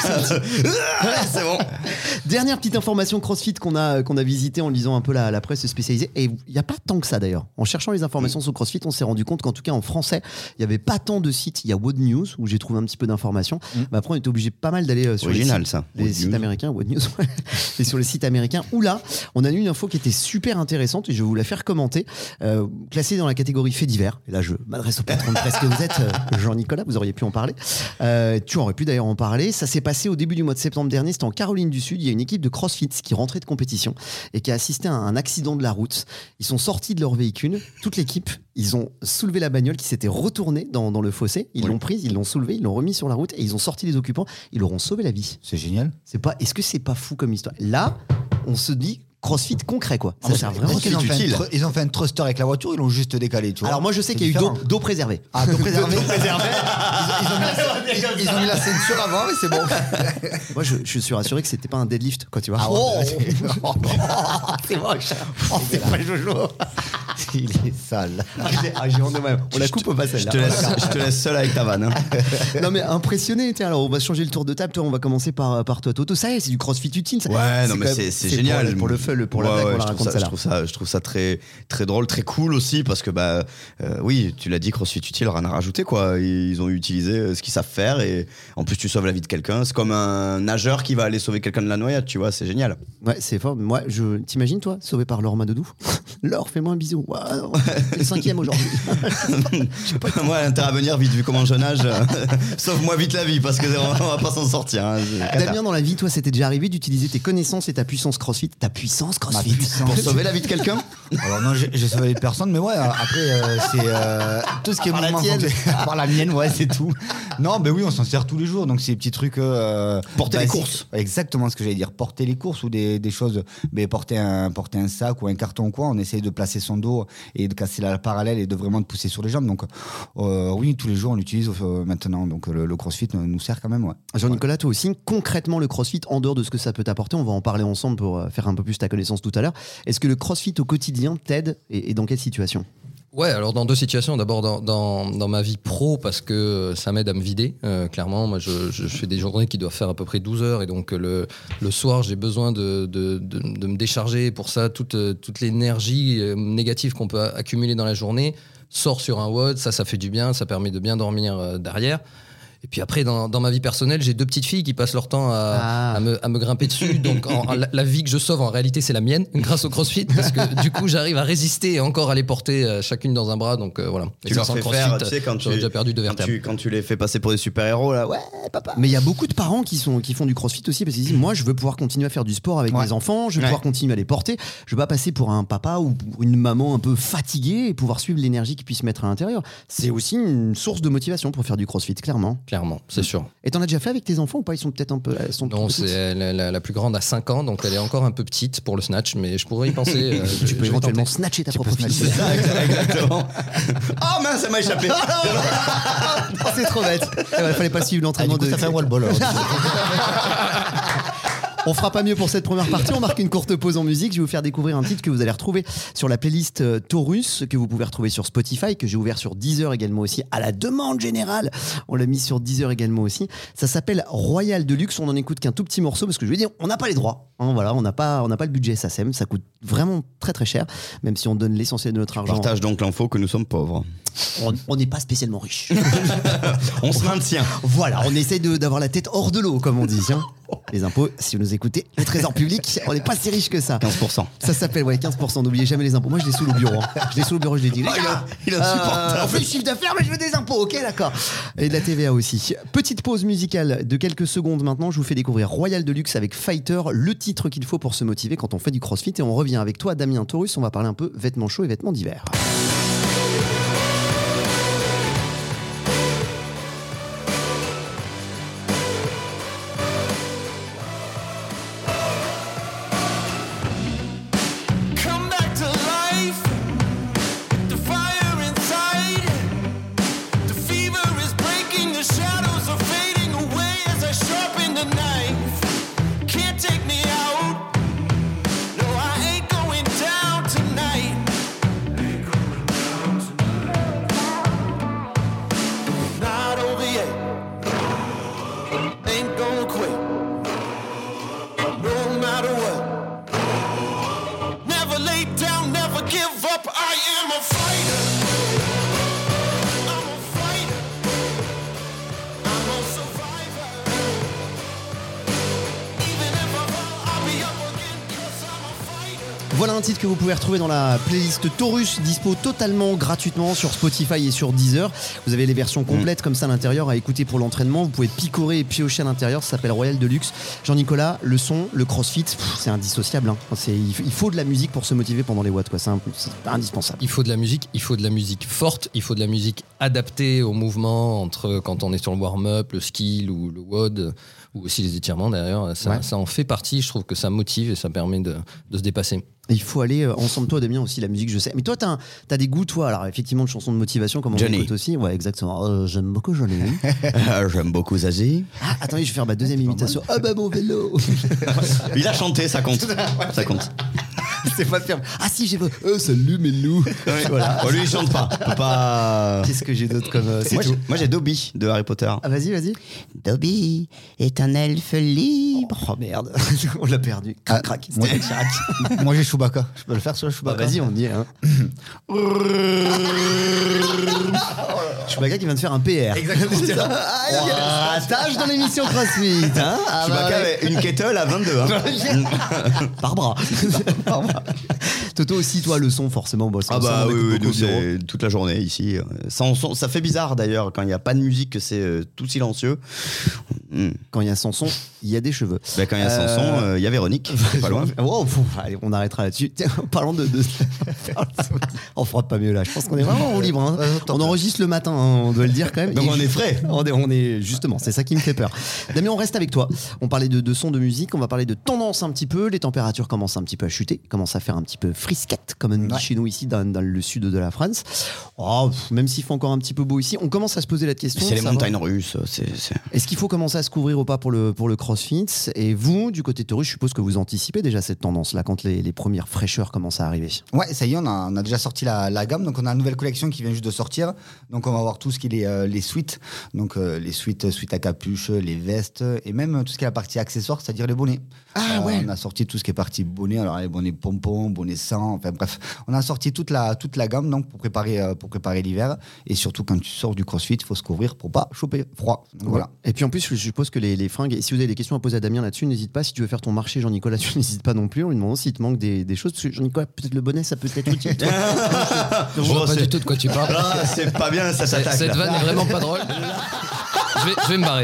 Speaker 3: C'est bon.
Speaker 2: Dernière petite information CrossFit qu'on a, qu'on a visité en lisant un peu la, la presse spécialisée. Et il n'y a pas tant que ça d'ailleurs. En cherchant les informations sur CrossFit, on s'est rendu compte qu'en tout cas en français, il n'y avait pas tant de sites. Il y a Wod News où j'ai trouvé un petit peu d'informations.
Speaker 3: Mm.
Speaker 2: Mais après, on était obligé pas mal d'aller euh, sur
Speaker 3: Original,
Speaker 2: les sites,
Speaker 3: ça.
Speaker 2: les
Speaker 3: Wod
Speaker 2: sites
Speaker 3: News.
Speaker 2: américains, Wod News, ouais. Et sur les sites américains où là, on a eu une info qui était super intéressante et je vais vous la faire commenter. Euh, classée dans la catégorie fait divers. Et là, je m'adresse au patron de presse que vous êtes, euh, Jean-Nicolas. Vous auriez pu en parler. Euh, tu aurais pu d'ailleurs en parler. Ça s'est passé au début du mois de septembre dernier. C'était en Caroline du Sud. Il y a une équipe de CrossFit qui rentrait de compétition et qui a assisté à un accident de la route. Ils sont sortis de leur véhicule. Toute l'équipe, ils ont soulevé la bagnole qui s'était retournée dans, dans le fossé. Ils
Speaker 3: Oui.
Speaker 2: l'ont prise, ils l'ont soulevée, ils l'ont remis sur la route et ils ont sorti les occupants. Ils leur ont sauvé la vie.
Speaker 4: C'est génial.
Speaker 2: C'est pas. Est-ce que c'est pas fou comme histoire? Là, on se dit CrossFit concret quoi. Ça sert vraiment.
Speaker 4: Parce qu'ils ont, fait un
Speaker 3: utile.
Speaker 4: tr- ils ont fait un thruster avec la voiture, ils l'ont juste décalé. Tu vois.
Speaker 2: Alors moi je sais
Speaker 4: C'est
Speaker 2: qu'il y a eu d'eau,
Speaker 4: différent.
Speaker 2: d'eau préservée.
Speaker 4: Ah, d'eau préservée. Ils, ont, ils ont mis la, ils- ils ont mis la ceinture avant, mais c'est bon.
Speaker 2: Moi je, je suis rassuré que c'était pas un deadlift quoi tu vois.
Speaker 4: Ah ouais.
Speaker 2: Oh, c'est moche. Oh, c'est pas Jojo.
Speaker 4: Il est sale.
Speaker 2: Ah, j'ai- ah, j'ai honte de moi-même. On la coupe au pas
Speaker 3: Je
Speaker 2: celle-là.
Speaker 3: te laisse, je te laisse seul avec ta vanne. hein.
Speaker 2: Non mais impressionné. Tiens alors on va changer le tour de table. Toi on va commencer par par toi Toto. Ça y est c'est du CrossFit utile. Ça.
Speaker 3: Ouais, non,
Speaker 2: quand
Speaker 3: mais
Speaker 2: même-
Speaker 3: c'est, c'est
Speaker 2: pour
Speaker 3: génial.
Speaker 2: le- Pour le fun, le- pour la
Speaker 3: Ouais,
Speaker 2: blague,
Speaker 3: ouais,
Speaker 2: on la
Speaker 3: je, trouve
Speaker 2: raconte
Speaker 3: ça,
Speaker 2: ça
Speaker 3: je
Speaker 2: là.
Speaker 3: trouve ça, je trouve ça très, très drôle, très cool aussi parce que bah, euh, oui, tu l'as dit, CrossFit utile, rien à rajouter quoi. Ils ont utilisé euh, ce qu'ils savent faire et en plus tu sauves la vie de quelqu'un. C'est comme un nageur qui va aller sauver quelqu'un de la noyade, tu vois, c'est génial.
Speaker 2: Ouais c'est fort. Moi je t'imagines toi sauvé par Laure Madodou. Laure fais-moi un bisou. Ouais, t'es le cinquième aujourd'hui.
Speaker 3: Moi, intérêt à venir vite vu comment je nage. Sauve-moi vite la vie parce que on va pas s'en sortir. hein. C'est cata.
Speaker 2: Damien dans la vie toi c'était déjà arrivé d'utiliser tes connaissances et ta puissance CrossFit. Ta puissance CrossFit.
Speaker 3: Pour sauver la vie de quelqu'un.
Speaker 4: Alors non, j'ai j'ai sauvé personne, mais ouais, après, euh, c'est euh, tout ce qui est
Speaker 2: Par la
Speaker 4: mouvement
Speaker 2: tienne.
Speaker 4: santé- à part la mienne, ouais, c'est tout. Non, ben oui, on s'en sert tous les jours, donc c'est des petits trucs. Euh,
Speaker 3: Porter les
Speaker 4: basiques.
Speaker 3: courses.
Speaker 4: Exactement ce que j'allais dire. Porter les courses ou des, des choses, ben, porter, un, porter un sac ou un carton ou quoi, on essaye de placer son dos et de casser la parallèle et de vraiment de pousser sur les jambes. Donc euh, oui, tous les jours, on l'utilise euh, maintenant. Donc le, le CrossFit nous, nous sert quand même, ouais.
Speaker 2: Jean-Nicolas, toi aussi, concrètement le CrossFit, en dehors de ce que ça peut t'apporter, on va en parler ensemble pour euh, faire un peu plus ta connaissance tout à l'heure. Est-ce que le CrossFit au quotidien t'aide et, et dans quelle situation?
Speaker 5: Ouais, alors dans deux situations. D'abord dans, dans, dans ma vie pro, parce que ça m'aide à me vider. Euh, clairement, moi je, je fais des journées qui doivent faire à peu près douze heures. Et donc le, le soir, j'ai besoin de, de, de, de me décharger. Pour ça, toute, toute l'énergie euh, négative qu'on peut accumuler dans la journée sort sur un W O D. Ça, ça fait du bien. Ça permet de bien dormir euh, derrière. Et puis après, dans, dans ma vie personnelle, j'ai deux petites filles qui passent leur temps à,
Speaker 2: Ah.
Speaker 5: à, me, à me grimper dessus. Donc en- en- la, la vie que je sauve, en réalité, c'est la mienne, grâce au CrossFit. Parce que du coup, j'arrive à résister et encore à les porter euh, chacune dans un bras. Donc euh, voilà.
Speaker 3: Tu
Speaker 5: Et
Speaker 3: leur
Speaker 5: sans
Speaker 3: fais
Speaker 5: le CrossFit,
Speaker 3: faire, tu sais, quand tu,
Speaker 5: j'aurais déjà perdu deux
Speaker 3: quand,
Speaker 5: vertèbres.
Speaker 3: tu, quand tu les fais passer pour des super-héros, là, ouais, papa.
Speaker 2: Mais il y a beaucoup de parents qui, sont, qui font du CrossFit aussi parce qu'ils disent moi je veux pouvoir continuer à faire du sport avec
Speaker 4: Ouais.
Speaker 2: mes enfants, je veux
Speaker 3: Ouais.
Speaker 2: pouvoir continuer à les porter, je veux pas passer pour un papa ou pour une maman un peu fatiguée et pouvoir suivre l'énergie qu'ils puissent mettre à l'intérieur. C'est aussi une source de motivation pour faire du CrossFit, clairement.
Speaker 5: Clairement, c'est sûr.
Speaker 2: Et t'en as déjà fait avec tes enfants ou pas? Ils sont peut-être un peu... Elles sont
Speaker 5: Non,
Speaker 2: toutes petites.
Speaker 5: c'est la, la- la plus grande à cinq ans, donc elle est encore un peu petite pour le snatch, mais je pourrais y penser. euh, je-
Speaker 2: Tu
Speaker 5: je
Speaker 2: peux
Speaker 5: vais
Speaker 2: éventuellement
Speaker 5: tenter.
Speaker 2: snatcher ta
Speaker 4: Tu
Speaker 2: propre
Speaker 4: peux
Speaker 2: fille.
Speaker 4: snatcher.
Speaker 3: C'est ça, exactement. Oh mince, ça m'a échappé.
Speaker 2: Oh, c'est trop bête. Il ouais, fallait pas suivre
Speaker 4: Ah,
Speaker 2: l'entraînement
Speaker 4: du coup,
Speaker 2: de...
Speaker 4: ça fait un wall ball. alors.
Speaker 2: On fera pas mieux pour cette première partie. On marque une courte pause en musique. Je vais vous faire découvrir un titre que vous allez retrouver sur la playlist euh, Taurus, que vous pouvez retrouver sur Spotify, que j'ai ouvert sur Deezer également aussi, à la demande générale. On l'a mis sur Deezer également aussi. Ça s'appelle Royal Deluxe. On n'en écoute qu'un tout petit morceau parce que je veux dire, on n'a pas les droits. Hein, voilà, on n'a pas, on n'a pas le budget S A C E M. Ça coûte vraiment très très cher, même si on donne l'essentiel de notre argent.
Speaker 3: Partage donc l'info que nous sommes pauvres.
Speaker 2: On- On n'est pas spécialement riche.
Speaker 3: On se maintient.
Speaker 2: Voilà, on essaie de- d'avoir la tête hors de l'eau, comme on dit. Hein. Les impôts, si vous nous écoutez, le trésor public, on n'est pas si riche que ça.
Speaker 3: quinze pour cent.
Speaker 2: Ça s'appelle, ouais, quinze pour cent. N'oubliez jamais les impôts. Moi, je les saoule au bureau. hein. Je les saoule au bureau, je les dis. Les
Speaker 3: Ah, il
Speaker 2: gars,
Speaker 3: a- il est insupportable.
Speaker 2: euh, on fait le chiffre d'affaires, mais je veux des impôts. Ok, d'accord. Et de la T V A aussi. Petite pause musicale de quelques secondes maintenant. Je vous fais découvrir Royal Deluxe avec Fighter, le titre qu'il faut pour se motiver quand on fait du crossfit. Et on revient avec toi, Damien Taurus. On va parler un peu vêtements chauds et vêtements d'hiver.
Speaker 7: Come back to life. The fire inside. The fever is breaking. The shadows are fading away as I sharpen the knife. Can't take me out. No, I ain't going down tonight. Ain't going down.
Speaker 2: Voilà un titre que vous pouvez retrouver dans la playlist Taurus, dispo totalement gratuitement sur Spotify et sur Deezer. Vous avez les versions complètes comme ça à l'intérieur à écouter pour l'entraînement. Vous pouvez picorer et piocher à l'intérieur. Ça s'appelle Royal Deluxe. Jean-Nicolas, le son, le crossfit, pff, c'est indissociable. Hein. C'est, il faut de la musique pour se motiver pendant les watts, quoi. C'est, un, c'est indispensable.
Speaker 5: Il faut de la musique, il faut de la musique forte, il faut de la musique adaptée au mouvement entre quand on est sur le warm-up, le skill ou le W O D, ou aussi les étirements derrière. Ça,
Speaker 2: Ouais.
Speaker 5: ça en fait partie. Je trouve que ça motive et ça permet de, de se dépasser.
Speaker 2: Et il faut aller euh, ensemble, toi Damien aussi, la musique je sais. Mais toi t'as, un- t'as des goûts toi, alors effectivement de chansons de motivation comme on
Speaker 3: Johnny.
Speaker 2: écoute aussi. Ouais exactement, Euh, j'aime beaucoup Johnny.
Speaker 3: J'aime beaucoup Zazie.
Speaker 2: Ah, attendez, je vais faire ma deuxième imitation. Ah bah mon vélo.
Speaker 3: Il a chanté, ça compte. Ça compte.
Speaker 2: C'est pas de faire. Ah si j'ai pas. Oh salut mes loups. Voilà.
Speaker 3: Oh, lui, il chante pas. Peut pas...
Speaker 2: Qu'est-ce que j'ai d'autre comme. euh, c'est
Speaker 3: Moi,
Speaker 2: tout.
Speaker 3: j'ai, moi, j'ai Dobby de Harry Potter.
Speaker 2: Ah vas-y vas-y.
Speaker 3: Dobby est un elfe libre.
Speaker 2: Oh merde, on l'a perdu. Crac crac. C'était
Speaker 4: moi-
Speaker 2: Eric Chirac.
Speaker 4: Moi j'ai Chewbacca. Je peux le faire sur le
Speaker 2: Bah
Speaker 4: Chewbacca.
Speaker 2: vas-y on y est. Hein. Chewbacca qui vient de faire un P R. Exactement. Ah, tâche dans l'émission CrossFit. Hein ah,
Speaker 3: Chewbacca
Speaker 2: bah,
Speaker 3: avait une kettle à vingt-deux. Hein.
Speaker 2: par bras. Par bras. Toto aussi, toi, le son, forcément. Bon, c'est
Speaker 3: Ah
Speaker 2: le son,
Speaker 3: bah
Speaker 2: on
Speaker 3: oui,
Speaker 2: écoute
Speaker 3: oui,
Speaker 2: beaucoup
Speaker 3: nous,
Speaker 2: au bureau.
Speaker 3: c'est toute la journée ici. Sans son, ça fait bizarre d'ailleurs quand il n'y a pas de musique que c'est euh, tout silencieux. Mm.
Speaker 2: Quand il y a sans son, il y a des cheveux.
Speaker 3: Bah, quand il y a
Speaker 2: Euh,
Speaker 3: sans son, euh, il y a Véronique, c'est pas loin.
Speaker 2: Wow, pff, allez, on arrêtera là-dessus. Tiens, parlons de. de... on fera pas mieux là. Je pense qu'on est vraiment en roue libre. Hein. On enregistre le matin, hein, on doit le dire quand même.
Speaker 3: Donc
Speaker 2: Et
Speaker 3: on est
Speaker 2: ju-
Speaker 3: frais.
Speaker 2: On est, on est justement, c'est ça qui me fait peur. Damien, on reste avec toi. On parlait de, de son, de musique. On va parler de tendance un petit peu. Les températures commencent un petit peu à chuter, commencent à faire un petit peu frisquette, comme on dit
Speaker 4: Ouais.
Speaker 2: chez nous ici dans, dans le sud de la France. Oh, pff, même s'il fait encore un petit peu beau ici, on commence à se poser la question.
Speaker 3: C'est les
Speaker 2: de savoir-
Speaker 3: montagnes russes. C'est, c'est...
Speaker 2: Est-ce qu'il faut commencer à se couvrir ou pas pour le, pour le crossfit? Et vous, du côté Taurus, je suppose que vous anticipez déjà cette tendance-là quand les, les premières fraîcheurs commencent à arriver.
Speaker 4: Ouais, ça y est, on a, on a déjà sorti la, la gamme. Donc, on a une nouvelle collection qui vient juste de sortir. Donc, on va voir tout ce qui est les, euh, les suites. Donc, euh, les suites, suites à capuche, les vestes et même tout ce qui est la partie accessoires, c'est-à-dire les bonnets.
Speaker 2: Ah
Speaker 4: Euh,
Speaker 2: ouais.
Speaker 4: On a sorti tout ce qui est partie bonnet. Alors, les bonnets pompons, bonnets sang, enfin bref. On a sorti toute la, toute la gamme donc, pour préparer, euh, pour préparer l'hiver. Et surtout, quand tu sors du crossfit, il faut se couvrir pour pas choper froid. Donc, voilà.
Speaker 2: Et puis en plus, je suppose que les, les fringues, et si vous avez des questions à poser à Damien là-dessus, n'hésite pas. Si tu veux faire ton marché, Jean-Nicolas, tu n'hésites pas non plus. On lui demande s'il te manque des, des choses. Parce que Jean-Nicolas, peut-être le bonnet, ça peut être utile. toi.
Speaker 5: Je vois
Speaker 3: Oh,
Speaker 5: pas
Speaker 3: c'est-
Speaker 5: du tout de quoi tu parles.
Speaker 3: Ah, c'est pas bien, ça
Speaker 5: Cette
Speaker 3: s'attaque.
Speaker 5: cette
Speaker 3: là.
Speaker 5: vanne est vraiment pas drôle. Je vais, je vais me barrer.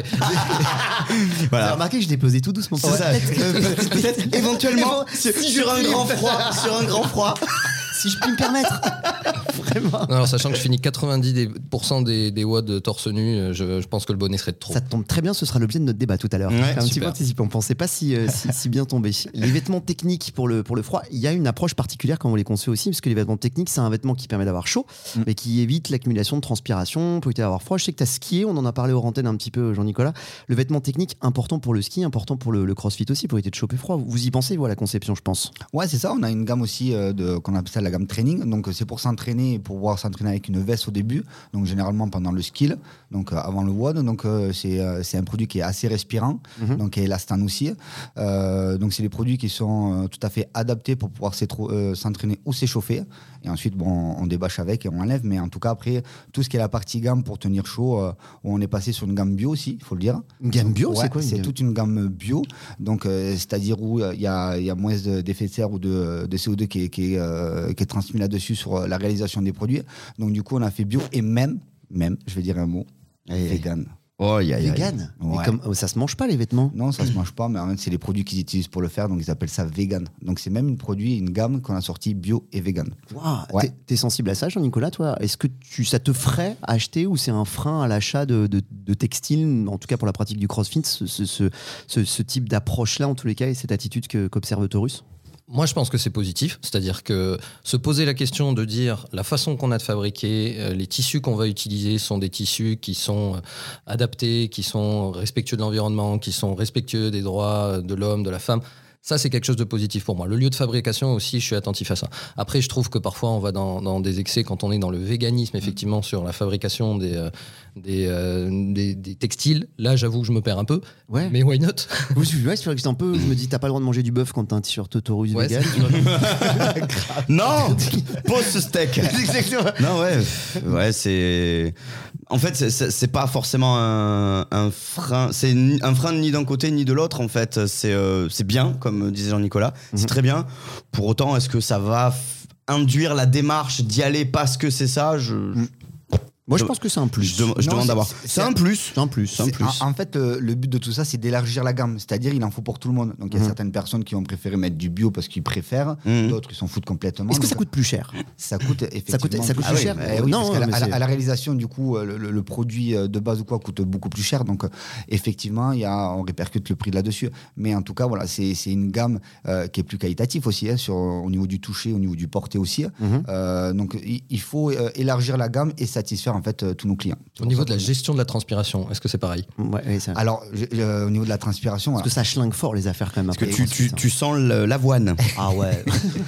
Speaker 2: Vous avez
Speaker 3: Voilà.
Speaker 2: remarqué que je l'ai posé tout doucement.
Speaker 3: C'est ça.
Speaker 2: Peut-être-
Speaker 3: Peut-être éventuellement
Speaker 2: Si
Speaker 3: sur,
Speaker 2: je
Speaker 3: sur un
Speaker 2: puis
Speaker 3: grand
Speaker 2: me
Speaker 3: froid, sur un grand froid.
Speaker 2: si je puis me permettre. Vraiment.
Speaker 5: Non, alors, sachant que je finis quatre-vingt-dix pour cent des, des W O D torse nu, je, je pense que le bonnet serait de trop.
Speaker 2: Ça tombe très bien, ce sera l'objet de notre débat tout à l'heure.
Speaker 3: Ouais,
Speaker 2: un petit
Speaker 5: super.
Speaker 2: peu anticipé, on pensait pas si, euh, si, si bien tomber. Les vêtements techniques pour le, pour le froid, il y a une approche particulière quand on les conçoit aussi, parce que les vêtements techniques, c'est un vêtement qui permet d'avoir chaud,
Speaker 4: Mm.
Speaker 2: mais qui évite l'accumulation de transpiration, pour éviter d'avoir froid. Je sais que tu as skié, on en a parlé aux antennes un petit peu, Jean-Nicolas. Le vêtement technique, important pour le ski, important pour le, le crossfit aussi, pour éviter de choper froid. Vous y pensez, vous, à la conception, je pense.
Speaker 4: Ouais, c'est ça. On a une gamme aussi euh, de, qu'on appelle ça la gamme training. Donc, euh, c'est pour s'entraîner et pour pouvoir s'entraîner avec une veste au début. Donc, généralement pendant le skill, donc euh, avant le W O D. Donc, euh, c'est, euh, c'est un produit qui est assez respirant,
Speaker 2: Mhm.
Speaker 4: donc et élastant aussi. Euh, donc, c'est des produits qui sont euh, tout à fait adaptés pour pouvoir s'étro- euh, s'entraîner ou s'échauffer. Et ensuite, bon, on débâche avec et on enlève. Mais en tout cas, après, tout ce qui est la partie gamme pour tenir chaud, euh, on est passé sur une gamme bio aussi, il faut le dire.
Speaker 2: Une gamme bio,
Speaker 4: Ouais,
Speaker 2: c'est quoi une
Speaker 4: C'est
Speaker 2: gamme
Speaker 4: toute une gamme bio, donc euh, c'est-à-dire où il y a, il y a moins de- d'effet de serre ou de, de C O deux qui est, qui est, euh, qui est transmis là-dessus sur euh, la réalisation des produits. Donc du coup, on a fait bio et même, même, je vais dire un mot,
Speaker 3: Aïe, aïe.
Speaker 4: vegan.
Speaker 3: Oh, y a, y a-
Speaker 2: Vegan. Mais
Speaker 4: Ouais.
Speaker 2: comme, oh, ça se mange pas les vêtements.
Speaker 4: Non, ça se mange pas, mais en fait, c'est les produits qu'ils utilisent pour le faire, donc ils appellent ça vegan. Donc c'est même un produit, une gamme qu'on a sorti bio et vegan.
Speaker 2: Waouh,
Speaker 4: Ouais.
Speaker 2: t'es- T'es sensible à ça, Jean-Nicolas, toi? Est-ce que tu, ça te ferait acheter ou c'est un frein à l'achat de, de, de textiles, en tout cas pour la pratique du crossfit, ce, ce, ce, ce- ce type d'approche-là, en tous les cas, et cette attitude que- qu'observe Taurus?
Speaker 5: Moi, je pense que c'est positif. C'est-à-dire que se poser la question de dire la façon qu'on a de fabriquer, euh, les tissus qu'on va utiliser sont des tissus qui sont euh, adaptés, qui sont respectueux de l'environnement, qui sont respectueux des droits de l'homme, de la femme. Ça, c'est quelque chose de positif pour moi. Le lieu de fabrication aussi, je suis attentif à ça. Après, je trouve que parfois, on va dans, dans des excès quand on est dans le véganisme, effectivement, sur la fabrication des, euh, des, euh, des, des textiles. Là, j'avoue que je me perds un peu.
Speaker 2: Ouais.
Speaker 5: Mais why not?
Speaker 2: Oui, c'est vrai que c'est un peu. Je me dis, t'as pas le droit de manger du bœuf quand t'as un t-shirt Taurus
Speaker 5: Ouais,
Speaker 2: vegan.
Speaker 3: Non, pose ce steak. Non, ouais, ouais, c'est. En fait, c'est- c'est c'est pas forcément un, un frein. C'est ni- un frein ni d'un côté ni de l'autre. En fait, c'est euh, c'est bien, comme disait Jean-Nicolas.
Speaker 2: Mhm.
Speaker 3: C'est très bien. Pour autant, est-ce que ça va f- induire la démarche d'y aller parce que c'est ça je,
Speaker 2: Moi, je
Speaker 3: Je-
Speaker 2: pense que c'est un plus.
Speaker 3: je, dem- je
Speaker 4: Non,
Speaker 3: demande
Speaker 4: c'est-
Speaker 3: d'avoir.
Speaker 4: c'est-
Speaker 3: C'est un plus.
Speaker 2: C'est un plus.
Speaker 3: C'est un
Speaker 4: C'est-
Speaker 3: plus.
Speaker 4: En, en fait, euh, le but de tout ça, c'est d'élargir la gamme. C'est-à-dire, il en faut pour tout le monde. Donc, il y a
Speaker 2: Mhm.
Speaker 4: certaines personnes qui ont préféré mettre du bio parce qu'ils préfèrent.
Speaker 3: Mhm.
Speaker 4: D'autres, ils s'en foutent complètement.
Speaker 2: Est-ce que
Speaker 4: Donc,
Speaker 2: ça coûte plus cher?
Speaker 4: Ça coûte effectivement.
Speaker 2: Ça coûte, ça coûte
Speaker 3: Ah
Speaker 2: plus
Speaker 3: oui,
Speaker 2: cher
Speaker 3: mais-
Speaker 4: Eh oui,
Speaker 2: Non,
Speaker 4: parce qu'à la,
Speaker 2: mais
Speaker 4: à la-
Speaker 2: c'est-
Speaker 4: à la réalisation, du coup, euh, le, le- le produit euh, de base ou quoi coûte beaucoup plus cher. Donc, euh, effectivement, il y a, on répercute le prix là-dessus. Mais en tout cas, voilà, c'est c'est une gamme euh, qui est plus qualitative aussi, hein, sur, au niveau du toucher, au niveau du porté aussi.
Speaker 2: Mhm.
Speaker 4: Euh, donc, il, il faut euh, élargir la gamme et satisfaire en fait euh, tous nos clients. C'est
Speaker 5: Au
Speaker 4: pour
Speaker 5: niveau
Speaker 4: ça
Speaker 5: de la
Speaker 4: que-
Speaker 5: gestion de la transpiration, est-ce que c'est pareil?
Speaker 2: Ouais, ouais, ça-
Speaker 4: Alors, je- euh, au niveau de la transpiration,
Speaker 2: Parce
Speaker 4: voilà.
Speaker 2: que ça schlingue fort les affaires quand même.
Speaker 3: Parce que
Speaker 2: après,
Speaker 3: tu,
Speaker 2: quand
Speaker 3: tu,
Speaker 2: c'est-
Speaker 3: tu sens le- l'avoine.
Speaker 2: Ah ouais.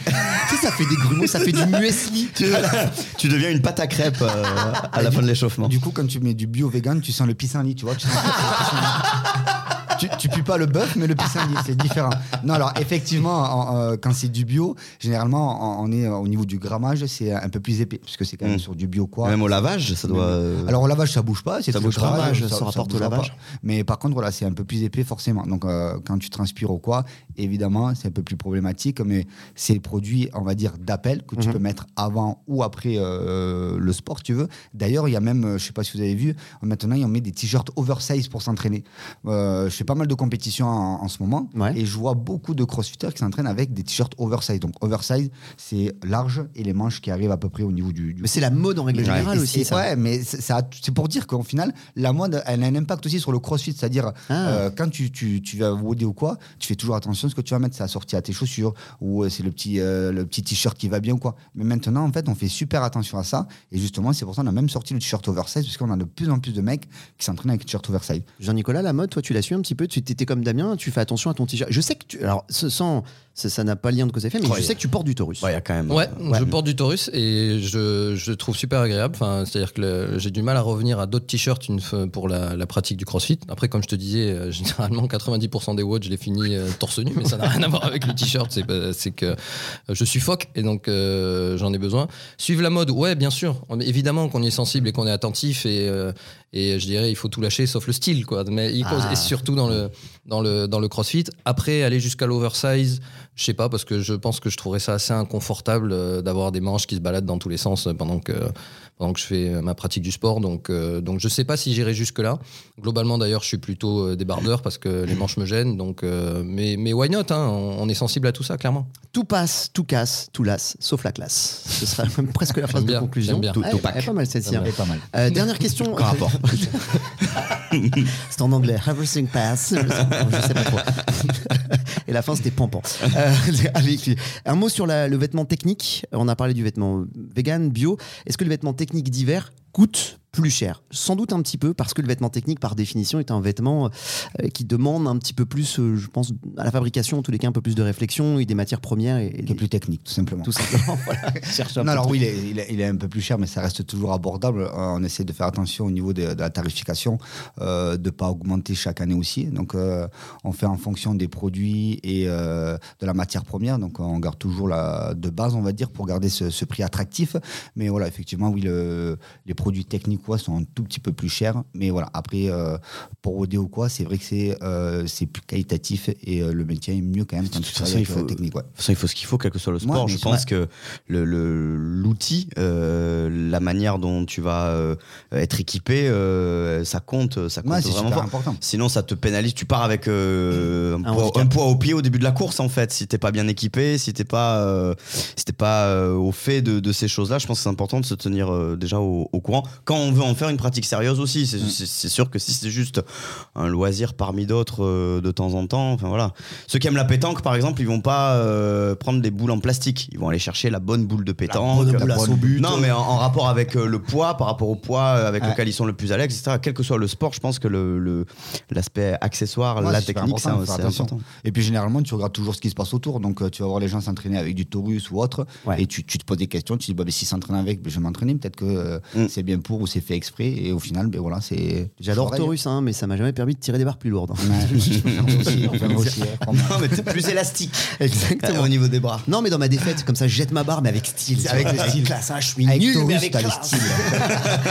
Speaker 2: tu sais, ça fait des grumeaux, ça fait du muesli.
Speaker 3: tu, tu deviens une pâte à crêpes euh, à la fin de l'échauffement.
Speaker 4: Du coup, quand tu mets du bio vegan, tu sens le pissenlit, tu vois. Tu, sens le pissenlit. tu, tu pues pas le bœuf, mais le pissenlit, c'est différent. Non, alors effectivement, en- euh, quand c'est du bio, généralement, on, on est euh, au niveau du grammage, c'est un peu plus épais, puisque c'est quand même
Speaker 3: Mm.
Speaker 4: sur du bio quoi.
Speaker 3: Même au lavage, ça doit. euh,
Speaker 4: Alors au lavage, ça bouge pas, c'est
Speaker 3: Ça
Speaker 4: très
Speaker 3: bouge pas,
Speaker 4: grammage,
Speaker 2: lavage, ça rapporte au
Speaker 4: bougera
Speaker 2: lavage.
Speaker 4: pas. Mais par contre, voilà, c'est un peu plus épais forcément. Donc euh, quand tu transpires ou quoi, évidemment, c'est un peu plus problématique, mais c'est le produit, on va dire, d'appel que tu
Speaker 2: Mhm.
Speaker 4: peux mettre avant ou après euh, le sport, tu veux. D'ailleurs, il y a même, euh, je sais pas si vous avez vu, maintenant, on met des t-shirts oversize pour s'entraîner. Euh, je fais pas mal de compétitions en, en ce moment
Speaker 2: Ouais.
Speaker 4: et je vois beaucoup de crossfitters qui s'entraînent avec des t-shirts oversize. Donc oversize, c'est large et les manches qui arrivent à peu près au niveau du, du
Speaker 2: Mais c'est la mode en règle générale
Speaker 4: et
Speaker 2: aussi.
Speaker 4: c'est-
Speaker 2: Ça.
Speaker 4: Ouais, mais c'est ça a- c'est pour dire qu'au final, la mode, elle a un impact aussi sur le crossfit. C'est-à-dire,
Speaker 2: Ah.
Speaker 4: euh, quand tu, tu, tu vas woder ou quoi, tu fais toujours attention à ce que tu vas mettre. Ça assorti à tes chaussures ou euh, c'est le petit, euh, le petit t-shirt qui va bien ou quoi. Mais maintenant, en fait, on fait super attention à ça. Et justement, c'est pour ça qu'on a même sorti le t-shirt oversize parce qu'on a de plus en plus de mecs qui s'entraînent avec le t-shirt oversize.
Speaker 2: Jean-Nicolas, la mode, toi, tu l'as su un petit peu. Tu étais comme Damien, tu fais attention à ton t-shirt. Je sais que tu. Alors, ce- sans, ça ça n'a pas le lien de cause à effet, mais
Speaker 3: Ouais.
Speaker 2: je sais que tu portes du Taurus.
Speaker 3: Ouais, il y a quand même.
Speaker 5: Ouais,
Speaker 3: euh,
Speaker 5: je porte du Taurus et je, je le trouve super agréable. Enfin, c'est-à-dire que le- j'ai du mal à revenir à d'autres t-shirts une fois pour la, la pratique du crossfit. Après, comme je te disais, euh, généralement quatre-vingt-dix pour cent des watts, je les finis euh, torse nu, mais ça n'a rien à voir avec le t-shirt. C'est, pas- c'est que euh, je suffoque et donc euh, j'en ai besoin. Suivre la mode, ouais, bien sûr. Évidemment qu'on y est sensible et qu'on est attentif et, euh, et je dirais il faut tout lâcher sauf le style, quoi. Mais il cause-
Speaker 2: Ah.
Speaker 5: et surtout dans le, dans le, dans le crossfit. Après, aller jusqu'à l'oversize, je sais pas, parce que je pense que je trouverais ça assez inconfortable euh, d'avoir des manches qui se baladent dans tous les sens euh, pendant que, pendant que je fais euh, ma pratique du sport. Donc, euh, donc je sais pas si j'irai jusque-là. Globalement, d'ailleurs, je suis plutôt euh, débardeur parce que les manches me gênent. Donc, euh, mais, mais why not, hein, on, on est sensible à tout ça, clairement.
Speaker 2: Tout passe, tout casse, tout lasse, sauf la classe. Ce sera même presque la phrase
Speaker 5: J'aime
Speaker 2: de
Speaker 5: bien,
Speaker 2: conclusion.
Speaker 5: j'aime bien.
Speaker 3: Tout-
Speaker 2: Ouais,
Speaker 3: tout pack.
Speaker 2: elle est pas mal celle-ci.
Speaker 5: J'aime
Speaker 2: hein.
Speaker 5: bien.
Speaker 4: C'est pas mal.
Speaker 2: Euh, dernière question.
Speaker 3: Aucun rapport.
Speaker 2: C'est en anglais. Everything pass. Je sais, je sais pas trop. Et la fin, c'était pampan. Euh, allez, un mot sur la- le vêtement technique. On a parlé du vêtement vegan, bio. Est-ce que le vêtement technique d'hiver coûte plus cher? Sans doute un petit peu, parce que le vêtement technique, par définition, est un vêtement euh, qui demande un petit peu plus, euh, je pense, à la fabrication, en tous les cas, un peu plus de réflexion et des matières premières. Et, et
Speaker 4: Qui est plus technique, tout simplement.
Speaker 2: tout simplement. Voilà. Cherche un
Speaker 4: Non,
Speaker 2: peu
Speaker 4: alors
Speaker 2: trop.
Speaker 4: oui, il est, il, est, il est un peu plus cher, mais ça reste toujours abordable. Euh, On essaie de faire attention au niveau de, de la tarification, euh, de ne pas augmenter chaque année aussi. Donc, euh, on fait en fonction des produits et euh, de la matière première. Donc, on garde toujours la de base, on va dire, pour garder ce, ce prix attractif. Mais voilà, effectivement, oui, le, les produits techniques quoi, sont un tout petit peu plus chers. Mais voilà, après, euh, pour O D ou quoi, c'est vrai que c'est euh, c'est plus qualitatif et euh, le maintien est mieux quand même quand
Speaker 3: De
Speaker 4: tu
Speaker 3: toute façon,
Speaker 4: travailles
Speaker 3: il
Speaker 4: avec
Speaker 3: faut-
Speaker 4: la technique. Ouais.
Speaker 3: De toute façon, il faut ce qu'il faut, quel que soit le sport.
Speaker 4: Ouais,
Speaker 3: je
Speaker 4: mais
Speaker 3: pense
Speaker 4: c'est
Speaker 3: que le, le- l'outil, euh, la manière dont tu vas euh, être équipé, euh, ça compte, ça compte
Speaker 4: Ouais, c'est
Speaker 3: vraiment
Speaker 4: super
Speaker 3: fort.
Speaker 4: important.
Speaker 3: Sinon, ça te pénalise. Tu pars avec euh, un,
Speaker 2: Un
Speaker 3: poids,
Speaker 2: handicap.
Speaker 3: un poids au pied au début de la course, en fait. Si t'es pas bien équipé, si t'es pas, euh, si t'es pas euh, au fait de, de ces choses-là, je pense que c'est important de se tenir euh, déjà au, au courant. Quand on veut en faire une pratique sérieuse aussi, c'est,
Speaker 4: Mm.
Speaker 3: c'est, c'est sûr que si c'est juste un loisir parmi d'autres euh, de temps en temps, enfin voilà. Ceux qui aiment la pétanque, par exemple, ils vont pas euh, prendre des boules en plastique. Ils vont aller chercher la bonne boule de pétanque.
Speaker 2: bonne boule à son but.
Speaker 3: Non, mais en, en rapport avec euh, le poids, par rapport au poids euh, avec
Speaker 4: Ouais.
Speaker 3: lequel ils sont le plus à l'aise, et cetera. Quel que soit le sport, je pense que le, le- l'aspect accessoire,
Speaker 4: Ouais,
Speaker 3: la
Speaker 4: c'est super
Speaker 3: technique, c'est,
Speaker 4: important, faut
Speaker 3: c'est
Speaker 4: faire attention.
Speaker 3: important.
Speaker 4: Et puis généralement, tu regardes toujours ce qui se passe autour. Donc euh, tu vas voir les gens s'entraîner avec du Taurus ou autre.
Speaker 2: Ouais.
Speaker 4: Et tu, tu te poses des questions. Tu dis, bah, ben, si s'entraîne avec, ben, je vais m'entraîner. Peut-être que euh,
Speaker 3: Mm.
Speaker 4: c'est bien pour ou c'est fait exprès. Et au final, ben, voilà, c'est.
Speaker 2: J'adore
Speaker 4: pareil.
Speaker 2: Taurus, hein, mais ça m'a jamais permis de tirer des barres plus lourdes.
Speaker 4: Ouais. J'aime aussi, j'aime aussi, hein, vraiment.
Speaker 3: Non, mais t'es plus élastique
Speaker 2: Exactement.
Speaker 3: au niveau des bras.
Speaker 2: Non, mais dans ma défaite, comme ça, je jette ma barre, mais avec style.
Speaker 4: Avec
Speaker 2: tu vois.
Speaker 4: le style.
Speaker 2: Classe, hein, je suis
Speaker 4: Avec
Speaker 2: nul,
Speaker 4: Taurus,
Speaker 2: mais avec
Speaker 4: t'as le
Speaker 2: classe.
Speaker 4: style.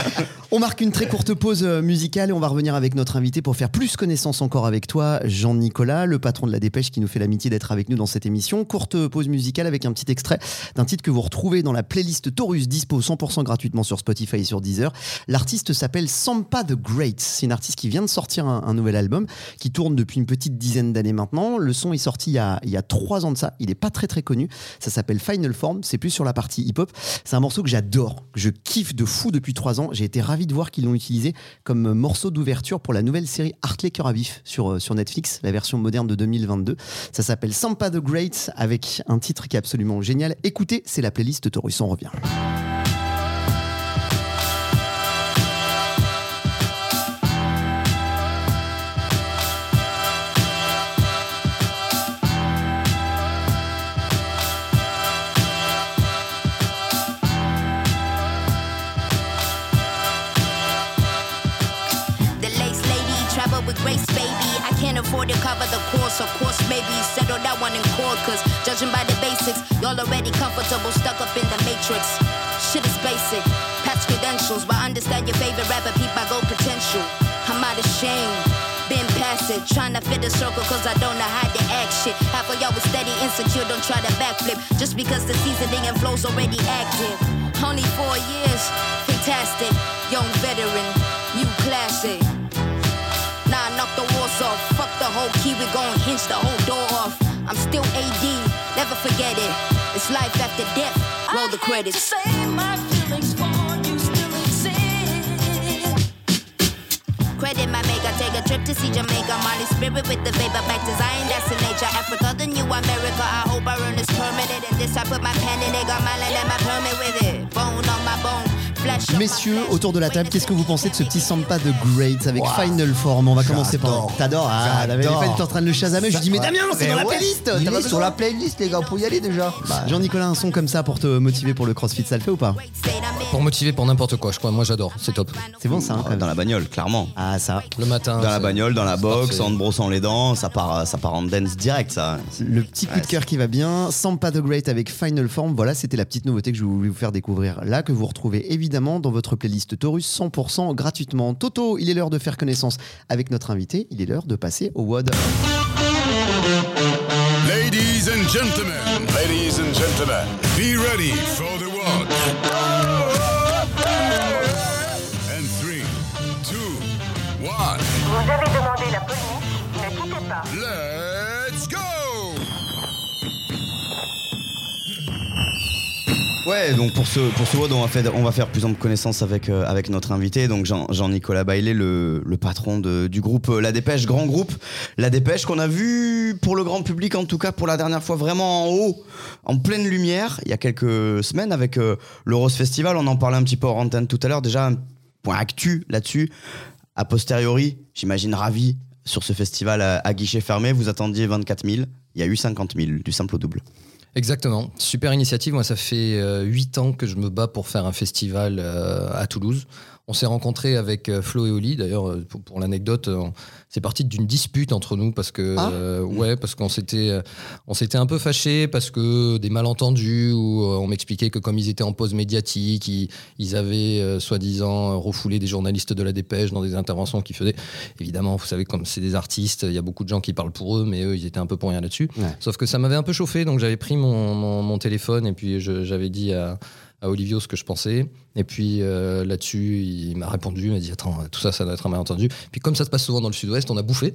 Speaker 2: On marque une très courte pause musicale et on va revenir avec notre invité pour faire plus connaissance encore avec toi, Jean-Nicolas, le patron de La Dépêche qui nous fait l'amitié d'être avec nous dans cette émission. Courte pause musicale avec un petit extrait d'un titre que vous retrouvez dans la playlist Taurus, dispo cent pour cent gratuitement sur Spotify et sur Deezer. L'artiste s'appelle Sampa the Great. C'est une artiste qui vient de sortir un, un nouvel album qui tourne depuis une petite dizaine d'années maintenant. Le son est sorti il y a, il y a trois ans de ça. Il n'est pas très très connu. Ça s'appelle Final Form. C'est plus sur la partie hip-hop. C'est un morceau que j'adore, que je kiffe de fou depuis trois ans. J'ai été ravi de voir qu'ils l'ont utilisé comme morceau d'ouverture pour la nouvelle série Hartley Cœur à Vif sur, sur Netflix, la version moderne de deux mille vingt-deux. Ça s'appelle Sampa the Great avec un titre qui est absolument génial. Écoutez, c'est la playlist Taurus. On revient.
Speaker 8: Can't afford to cover the course, of course, maybe settle that one in court. Cause judging by the basics, y'all already comfortable, stuck up in the matrix. Shit is basic, past credentials, but understand your favorite rapper, peep my gold potential. I'm out of shame, been past it, trying to fit the circle cause I don't know how to act shit. Half of y'all was steady insecure, don't try to backflip, just because the seasoning and flow's already active. Only four years, fantastic, young veteran, new classic. Nah, knock the walls off. Fuck the whole key, we gon' hinge the whole door off. I'm still A D, never forget it. It's life after death, roll the credits. I hate to say my feelings for you still exist. Credit my maker, take a trip to see Jamaica. Molly spirit with the vapor back design, that's in nature. Africa, the new America, I hope I earn this permanent. And this I put my pen in it, got my land and my permit with it. Bone on my bone.
Speaker 2: Messieurs, autour de la table, qu'est-ce que vous pensez de ce petit Sampa the Great avec wow. Final Form? On va commencer par. T'adores? Ah, la Fans est en train de le chasamer. Je lui dis, mais Damien, c'est dans la playlist.
Speaker 4: Il est sur la playlist, les gars, pour y aller déjà.
Speaker 2: Bah, Jean-Nicolas, un son comme ça pour te motiver pour le CrossFit, ça le fait ou pas?
Speaker 5: Pour motiver pour n'importe quoi, je crois. Moi, j'adore. C'est top.
Speaker 2: C'est bon, ça. Hein,
Speaker 3: dans la bagnole, clairement.
Speaker 2: Ah, ça.
Speaker 5: Le matin.
Speaker 3: Dans la bagnole, dans la box, en te brossant les dents, ça part, ça part en dance direct, ça.
Speaker 2: Le petit coup ouais, de cœur qui va bien. Sampa the Great avec Final Form. Voilà, c'était la petite nouveauté que je voulais vous faire découvrir là, que vous retrouvez évidemment dans votre playlist Taurus cent pour cent gratuitement. Toto, il est l'heure de faire connaissance avec notre invité. Il est l'heure de passer au W O D.
Speaker 1: Ladies and gentlemen, ladies and gentlemen, be ready for the W O D. And three, two, one.
Speaker 9: Vous avez demandé la police, ne quittez pas.
Speaker 1: Let's go!
Speaker 3: Ouais, donc pour ce, pour ce W O D, on va faire, on va faire plus ample connaissance avec, euh, avec notre invité, donc Jean, Jean-Nicolas Bailey, le, le patron de, du groupe La Dépêche, grand groupe La Dépêche, qu'on a vu pour le grand public, en tout cas pour la dernière fois, vraiment en haut, en pleine lumière, il y a quelques semaines avec euh, le Rose Festival. On en parlait un petit peu hors antenne tout à l'heure. Déjà, un point actu là-dessus. A posteriori, j'imagine ravi sur ce festival à, à guichet fermé. Vous attendiez vingt-quatre mille, il y a eu cinquante mille, du simple au double.
Speaker 5: Exactement, super initiative. Moi, ça fait huit ans que je me bats pour faire un festival euh, à Toulouse. On s'est rencontrés avec euh, Flo et Oli. D'ailleurs, pour, pour l'anecdote, on, c'est parti d'une dispute entre nous parce que, ah. euh, ouais, parce qu'on s'était, euh, on s'était un peu fâchés parce que des malentendus où euh, on m'expliquait que comme ils étaient en pause médiatique, ils, ils avaient euh, soi-disant refoulé des journalistes de La Dépêche dans des interventions qu'ils faisaient. Évidemment, vous savez, comme c'est des artistes, il y a beaucoup de gens qui parlent pour eux, mais eux, ils étaient un peu pour rien là-dessus. Ouais. Sauf que ça m'avait un peu chauffé, donc j'avais pris mon, mon, mon téléphone et puis je, j'avais dit à à Olivio ce que je pensais, et puis euh, là-dessus il m'a répondu, il m'a dit attends, tout ça ça doit être un malentendu, puis comme ça se passe souvent dans le sud-ouest, on a bouffé.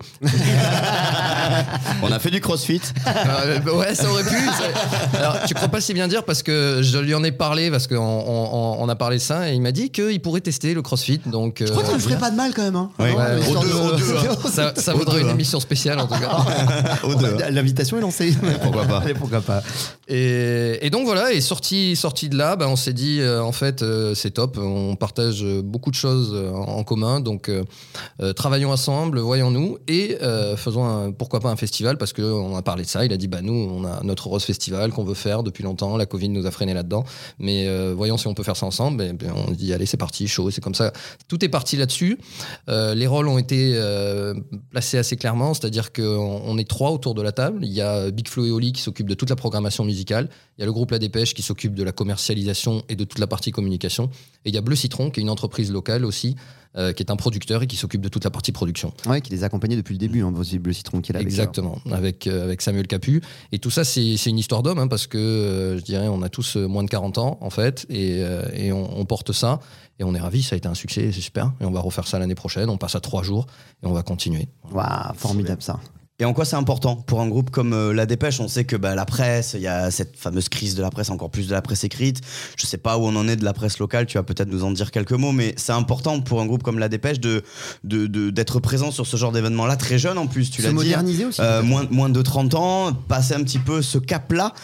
Speaker 3: On a fait du crossfit.
Speaker 5: euh, ouais, ça aurait pu ça... Alors tu crois pas si bien dire, parce que je lui en ai parlé, parce qu'on on, on a parlé de ça, et il m'a dit qu'il pourrait tester le crossfit, donc
Speaker 2: je crois euh, que ça ne ferait pas de mal quand même, hein.
Speaker 3: Oui.
Speaker 2: Ouais,
Speaker 3: ouais, au deux,
Speaker 2: de...
Speaker 3: au deux, hein.
Speaker 5: ça, ça vaudrait une émission spéciale en tout cas.
Speaker 3: Au deux.
Speaker 2: L'invitation est lancée.
Speaker 3: Pourquoi pas.
Speaker 2: Pourquoi pas.
Speaker 5: Et, et donc voilà, et sorti, sorti de là, bah, on s'est dit euh, en fait euh, c'est top, on partage beaucoup de choses en, en commun, donc euh, euh, travaillons ensemble, voyons-nous, et euh, faisons un, pourquoi pas un festival, parce qu'on a parlé de ça. Il a dit bah nous on a notre Rose Festival qu'on veut faire depuis longtemps, la Covid nous a freiné là-dedans, mais euh, voyons si on peut faire ça ensemble. Et, et on dit allez c'est parti, chaud, c'est comme ça, tout est parti là-dessus. Euh, les rôles ont été euh, placés assez clairement, c'est-à-dire qu'on on est trois autour de la table. Il y a Big Flo et Oli qui s'occupent de toute la programmation musicale, il y a le groupe La Dépêche qui s'occupe de la commercialisation création et de toute la partie communication. Et il y a Bleu Citron, qui est une entreprise locale aussi, euh, qui est un producteur et qui s'occupe de toute la partie production.
Speaker 2: Ouais, qui les a accompagnés depuis le début, hein, aussi Bleu Citron qui est là.
Speaker 5: Exactement, avec, euh, avec Samuel Capu. Et tout ça, c'est, c'est une histoire d'homme, hein, parce que euh, je dirais, on a tous euh, moins de quarante ans, en fait, et, euh, et on, on porte ça. Et on est ravis, ça a été un succès, c'est super. Et on va refaire ça l'année prochaine, on passe à trois jours et on va continuer.
Speaker 2: Waouh, formidable ça.
Speaker 3: Et en quoi c'est important pour un groupe comme euh, La Dépêche? On sait que bah, la presse, il y a cette fameuse crise de la presse, encore plus de la presse écrite. Je sais pas où on en est de la presse locale, tu vas peut-être nous en dire quelques mots, mais c'est important pour un groupe comme La Dépêche de, de, de, d'être présent sur ce genre d'événement-là, très jeune en plus, tu
Speaker 2: Se
Speaker 3: l'as dit.
Speaker 2: moderniser aussi.
Speaker 3: Euh, moins, moins de trente ans, passer un petit peu ce cap-là.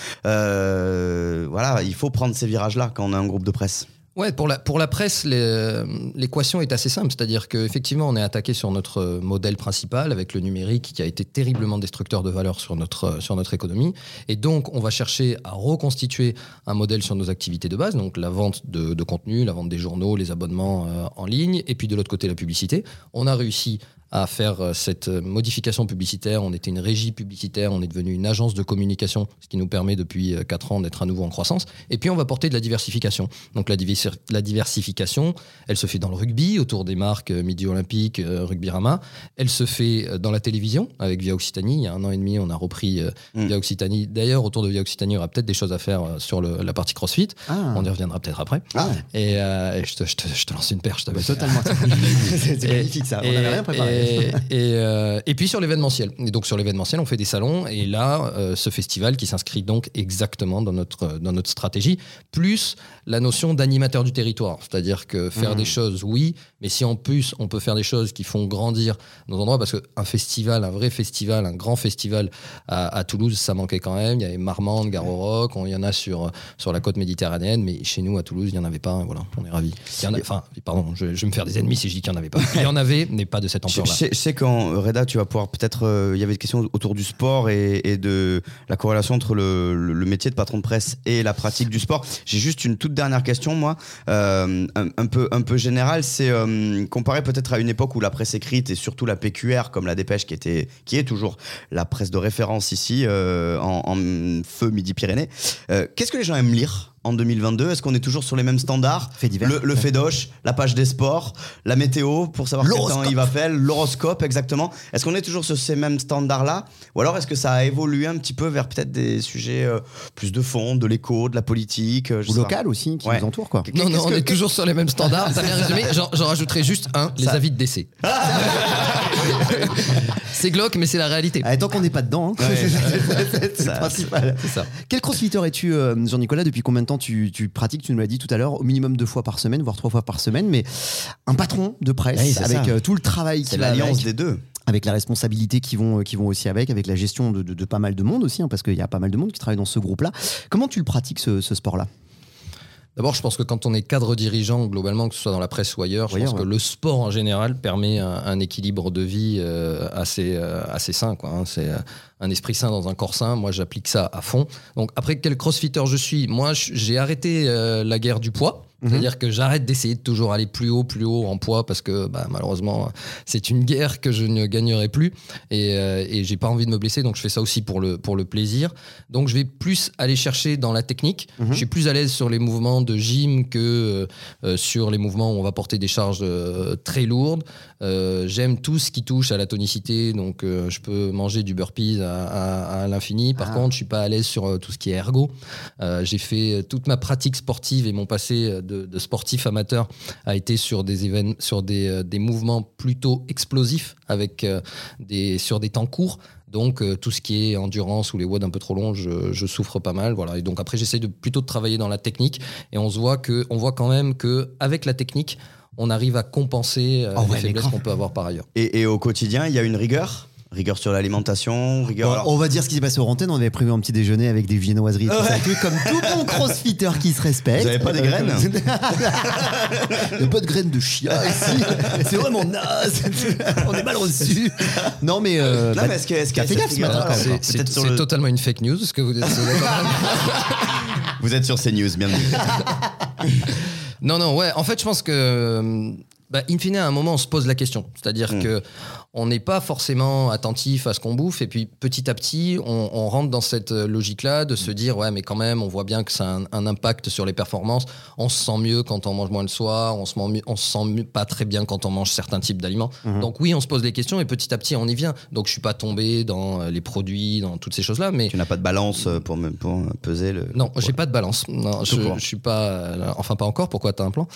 Speaker 3: Euh, voilà, il faut prendre ces virages-là quand on a un groupe de presse.
Speaker 5: Ouais, pour la, pour la presse, les, l'équation est assez simple. C'est-à-dire qu'effectivement, on est attaqué sur notre modèle principal avec le numérique qui a été terriblement destructeur de valeur sur notre, sur notre économie. Et donc, on va chercher à reconstituer un modèle sur nos activités de base, donc la vente de, de contenu, la vente des journaux, les abonnements euh, en ligne, et puis de l'autre côté, la publicité. On a réussi à faire cette modification publicitaire. On était une régie publicitaire, on est devenu une agence de communication, ce qui nous permet depuis quatre ans d'être à nouveau en croissance. Et puis on va porter de la diversification. Donc la, divers- la diversification, elle se fait dans le rugby, autour des marques Midi Olympique, euh, Rugbyrama. Elle se fait dans la télévision, avec Via Occitanie. Il y a un an et demi, on a repris euh, mmh. Via Occitanie. D'ailleurs, autour de Via Occitanie, il y aura peut-être des choses à faire sur le, la partie CrossFit. Ah. On y reviendra peut-être après. Ah. Et, euh, et je, te, je, te, je te lance une perche.
Speaker 2: Bah, totalement. c'est, c'est magnifique ça. On n'avait rien préparé.
Speaker 5: Et, et, euh, et puis sur l'événementiel. Et donc sur l'événementiel, on fait des salons. Et là, euh, ce festival qui s'inscrit donc exactement dans notre, dans notre stratégie, plus la notion d'animateur du territoire. C'est-à-dire que faire mmh. des choses, oui, mais si en plus on peut faire des choses qui font grandir nos endroits, parce qu'un festival, un vrai festival, un grand festival à, à Toulouse, ça manquait quand même. Il y avait Marmande, Gare au Roc, il y en a sur, sur la côte méditerranéenne, mais chez nous à Toulouse, il n'y en avait pas. Voilà, on est ravis. Il y en a, enfin, pardon, je, je vais me faire des ennemis si je dis qu'il n'y en avait pas. Il y en avait, mais pas de cette ampleur-là.
Speaker 3: Je, je, je sais qu'en Reda, tu vas pouvoir peut-être. Il euh, y avait des questions autour du sport et, et de la corrélation entre le, le, le métier de patron de presse et la pratique du sport. J'ai juste une toute dernière question, moi, euh, un, un, peu, un peu générale. C'est euh, comparé peut-être à une époque où la presse écrite et surtout la P Q R, comme La Dépêche, qui, était, qui est toujours la presse de référence ici, euh, en, en feu Midi-Pyrénées. Euh, qu'est-ce que les gens aiment lire en deux mille vingt-deux? Est-ce qu'on est toujours sur les mêmes standards?
Speaker 2: Fait divers.
Speaker 3: Le, le Fédoche, la page des sports, la météo pour savoir quel temps il va faire, l'horoscope exactement. Est-ce qu'on est toujours sur ces mêmes standards-là? Ou alors est-ce que ça a évolué un petit peu vers peut-être des sujets euh, plus de fond, de l'éco, de la politique
Speaker 2: ou local aussi, qui ouais. nous entoure quoi.
Speaker 5: Non, non, on que... est toujours sur les mêmes standards. T'as bien résumé. J'en, j'en rajouterai juste un, les ça... avis de décès. C'est glauque, mais c'est la réalité.
Speaker 2: Ah, tant qu'on n'est pas dedans, hein. Ouais, c'est, c'est
Speaker 5: ça,
Speaker 2: le principal.
Speaker 5: C'est ça.
Speaker 2: Quel crossfitter es-tu, euh, Jean-Nicolas? Depuis combien de temps tu, tu pratiques? Tu nous l'as dit tout à l'heure, au minimum deux fois par semaine, voire trois fois par semaine. Mais un patron de presse, oui, avec euh, tout le travail qui
Speaker 3: c'est
Speaker 2: va
Speaker 3: l'alliance
Speaker 2: avec,
Speaker 3: des deux.
Speaker 2: Avec la responsabilité qui vont, qui vont aussi avec, avec la gestion de, de, de pas mal de monde aussi, hein, parce qu'il y a pas mal de monde qui travaille dans ce groupe-là. Comment tu le pratiques, ce, ce sport-là?
Speaker 5: D'abord, je pense que quand on est cadre dirigeant, globalement, que ce soit dans la presse ou ailleurs, je ailleurs, pense ouais. que le sport en général permet un, un équilibre de vie euh, assez, euh, assez sain, quoi, hein. C'est euh, un esprit sain dans un corps sain. Moi, j'applique ça à fond. Donc, après, quel crossfitter je suis? Moi, j'ai arrêté euh, la guerre du poids. Mmh. C'est-à-dire que j'arrête d'essayer de toujours aller plus haut, plus haut en poids parce que bah, malheureusement, c'est une guerre que je ne gagnerai plus et, euh, et j'ai pas envie de me blesser, donc je fais ça aussi pour le, pour le plaisir. Donc je vais plus aller chercher dans la technique. Mmh. Je suis plus à l'aise sur les mouvements de gym que euh, sur les mouvements où on va porter des charges euh, très lourdes. Euh, j'aime tout ce qui touche à la tonicité, donc euh, je peux manger du burpees à, à, à l'infini. Par ah. contre, je suis pas à l'aise sur euh, tout ce qui est ergo. Euh, j'ai fait toute ma pratique sportive et mon passé De, de sportif amateur a été sur des événements, sur des, euh, des mouvements plutôt explosifs avec euh, des, sur des temps courts. Donc euh, tout ce qui est endurance ou les W O D un peu trop longs, je, je souffre pas mal. Voilà. Et donc après, j'essaie de plutôt de travailler dans la technique et on se voit que, on voit quand même que avec la technique, on arrive à compenser euh, oh, les ouais, faiblesses qu'on peut avoir par ailleurs.
Speaker 3: Et, et au quotidien, il y a une rigueur? Rigueur sur l'alimentation, rigueur.
Speaker 2: Bon,
Speaker 3: alors...
Speaker 2: On va dire ce qui s'est passé au Rantaine. On avait prévu un petit déjeuner avec des viennoiseries, tout ça, tout, comme tout bon crossfitter qui se respecte.
Speaker 3: Vous avez pas des graines?
Speaker 2: Il n'y a pas de graines de chia ici. C'est vraiment naze. On est mal reçus. Non, mais. Euh,
Speaker 3: non,
Speaker 2: bah,
Speaker 3: mais est-ce, que, est-ce qu'il y a
Speaker 2: fait gaffe ce matin?
Speaker 5: C'est, c'est, c'est le... totalement une fake news. Ce que vous êtes.
Speaker 3: Vous êtes sur CNews, bienvenue.
Speaker 5: Non, non, ouais. En fait, je pense que. Bah, in fine, à un moment, on se pose la question. C'est-à-dire mmh. que on n'est pas forcément attentif à ce qu'on bouffe. Et puis petit à petit, on, on rentre dans cette logique-là de se dire ouais, mais quand même, on voit bien que ça a un, un impact sur les performances. On se sent mieux quand on mange moins le soir. On se sent mieux, on se sent mieux, pas très bien quand on mange certains types d'aliments. Mmh. Donc oui, on se pose des questions et petit à petit, on y vient. Donc je suis pas tombé dans les produits, dans toutes ces choses-là. Mais
Speaker 3: tu n'as pas de balance pour, me, pour peser le.
Speaker 5: Non, j'ai pas de balance. Non, je, je suis pas. Enfin, pas encore. Pourquoi t'as un plan?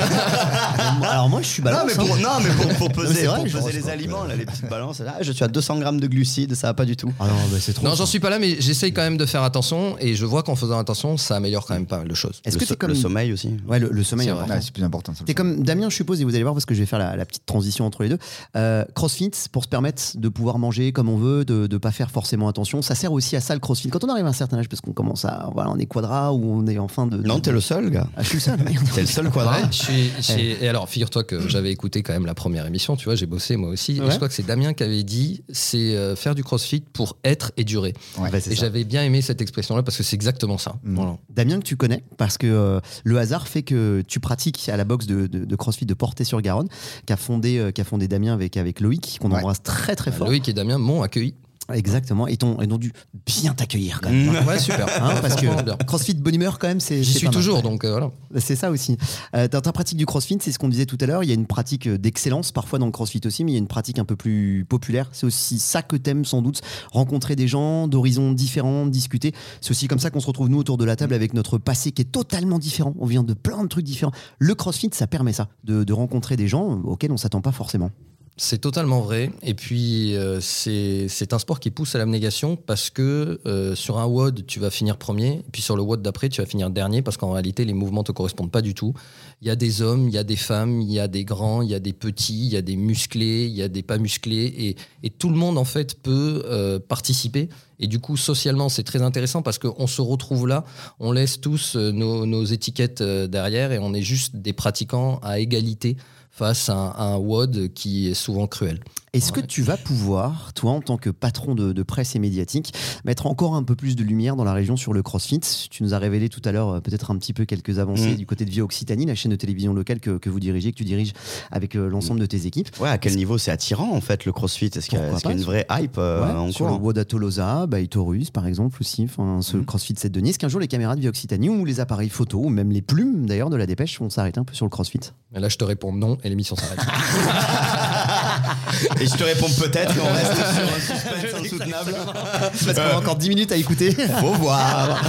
Speaker 2: Alors moi, je suis balance.
Speaker 3: Non, mais pour,
Speaker 2: hein.
Speaker 3: non, mais pour, pour peser,
Speaker 2: vrai,
Speaker 3: pour peser les
Speaker 2: pense,
Speaker 3: aliments, là, les petites balances. Là, je suis à deux cents grammes de glucides, ça va pas du tout.
Speaker 2: Ah non, bah, c'est trop.
Speaker 5: Non, j'en suis pas là, mais j'essaye quand même de faire attention et je vois qu'en faisant attention, ça améliore quand même pas mal de choses.
Speaker 2: Est-ce
Speaker 3: le
Speaker 2: que
Speaker 3: so-
Speaker 2: t'es comme
Speaker 3: le sommeil aussi?
Speaker 2: Ouais, le, le sommeil.
Speaker 5: C'est
Speaker 2: est
Speaker 5: vrai.
Speaker 2: important.
Speaker 4: Ouais, c'est plus important. ça, le
Speaker 2: T'es
Speaker 4: sommeil.
Speaker 2: comme Damien, je suppose, et vous allez voir parce que je vais faire la, la petite transition entre les deux. Euh, CrossFit, pour se permettre de pouvoir manger comme on veut, de ne pas faire forcément attention, ça sert aussi à ça le CrossFit. Quand on arrive à un certain âge, parce qu'on commence à. Voilà, on est quadra ou on est en fin de. de
Speaker 3: Non, t'es le seul, gars.
Speaker 2: Ah, je suis le seul. merde.
Speaker 3: T'es le seul quadra.
Speaker 5: Ouais, je suis, je suis- Et alors, figure-toi que j'avais écouté quand même la première émission, tu vois, j'ai bossé moi aussi.
Speaker 2: Ouais.
Speaker 5: Et je crois que c'est Damien qui avait dit c'est euh, faire du crossfit pour être et durer.
Speaker 2: Ouais, bah, c'est
Speaker 5: Et
Speaker 2: ça.
Speaker 5: j'avais bien aimé cette expression-là parce que c'est exactement ça.
Speaker 2: Mm.
Speaker 5: Voilà.
Speaker 2: Damien, que tu connais, parce que euh, le hasard fait que tu pratiques à la boxe de, de, de CrossFit de Portet-sur-Garonne, qu'a fondé, euh, qu'a fondé Damien avec, avec Loïc, qu'on
Speaker 4: Ouais.
Speaker 2: embrasse très très fort.
Speaker 5: Loïc et Damien m'ont accueilli.
Speaker 2: Exactement, et t'ont, et ont dû bien t'accueillir quand même.
Speaker 5: Ouais, super.
Speaker 2: Hein, parce que
Speaker 5: Franchement, bien.
Speaker 2: CrossFit bonne humeur quand même, c'est.
Speaker 5: J'y
Speaker 2: c'est
Speaker 5: suis
Speaker 2: pas mal.
Speaker 5: toujours, donc euh, voilà.
Speaker 2: C'est ça aussi. Euh, dans ta pratique du CrossFit, c'est ce qu'on disait tout à l'heure, il y a une pratique d'excellence, parfois dans le CrossFit aussi, mais il y a une pratique un peu plus populaire. C'est aussi ça que t'aimes sans doute, rencontrer des gens d'horizons différents, discuter. C'est aussi comme ça qu'on se retrouve nous autour de la table avec notre passé qui est totalement différent. On vient de plein de trucs différents. Le CrossFit, ça permet ça, de, de rencontrer des gens auxquels on s'attend pas forcément.
Speaker 5: C'est totalement vrai. Et puis, euh, c'est c'est un sport qui pousse à l'abnégation parce que euh, sur un W O D, tu vas finir premier. Et puis sur le W O D d'après, tu vas finir dernier parce qu'en réalité, les mouvements ne te correspondent pas du tout. Il y a des hommes, il y a des femmes, il y a des grands, il y a des petits, il y a des musclés, il y a des pas musclés. Et, et tout le monde, en fait, peut euh, participer. Et du coup, socialement, c'est très intéressant parce qu'on se retrouve là, on laisse tous euh, nos, nos étiquettes euh, derrière et on est juste des pratiquants à égalité face à un, à un W O D qui est souvent cruel.
Speaker 2: Est-ce
Speaker 5: Ouais.
Speaker 2: que tu vas pouvoir, toi, en tant que patron de, de presse et médiatique, mettre encore un peu plus de lumière dans la région sur le CrossFit? Tu nous as révélé tout à l'heure euh, peut-être un petit peu quelques avancées
Speaker 3: Mm.
Speaker 2: du côté de Via Occitanie, la chaîne de télévision locale que, que vous dirigez, que tu diriges avec euh, l'ensemble de tes équipes.
Speaker 3: Ouais, à quel niveau c'est attirant en fait le CrossFit? Est-ce qu'il y a,
Speaker 2: Pourquoi
Speaker 3: est-ce qu'il y a
Speaker 2: pas,
Speaker 3: une vraie hype euh,
Speaker 2: Ouais,
Speaker 3: en
Speaker 2: sur le
Speaker 3: cours?
Speaker 2: W O D à Tolosa, bah, Itorus par exemple aussi, enfin, ce
Speaker 3: Mhm.
Speaker 2: CrossFit Sept-Denis. Est-ce qu'un jour les caméras de Via Occitanie ou les appareils photo ou même les plumes d'ailleurs de la dépêche vont s'arrêter un peu sur le CrossFit?
Speaker 5: Et là, je te réponds non et l'émission s'arrête.
Speaker 3: Et je te réponds peut-être qu'on reste sur un suspense insoutenable.
Speaker 2: Parce qu'on a encore dix minutes à écouter.
Speaker 3: Faut voir.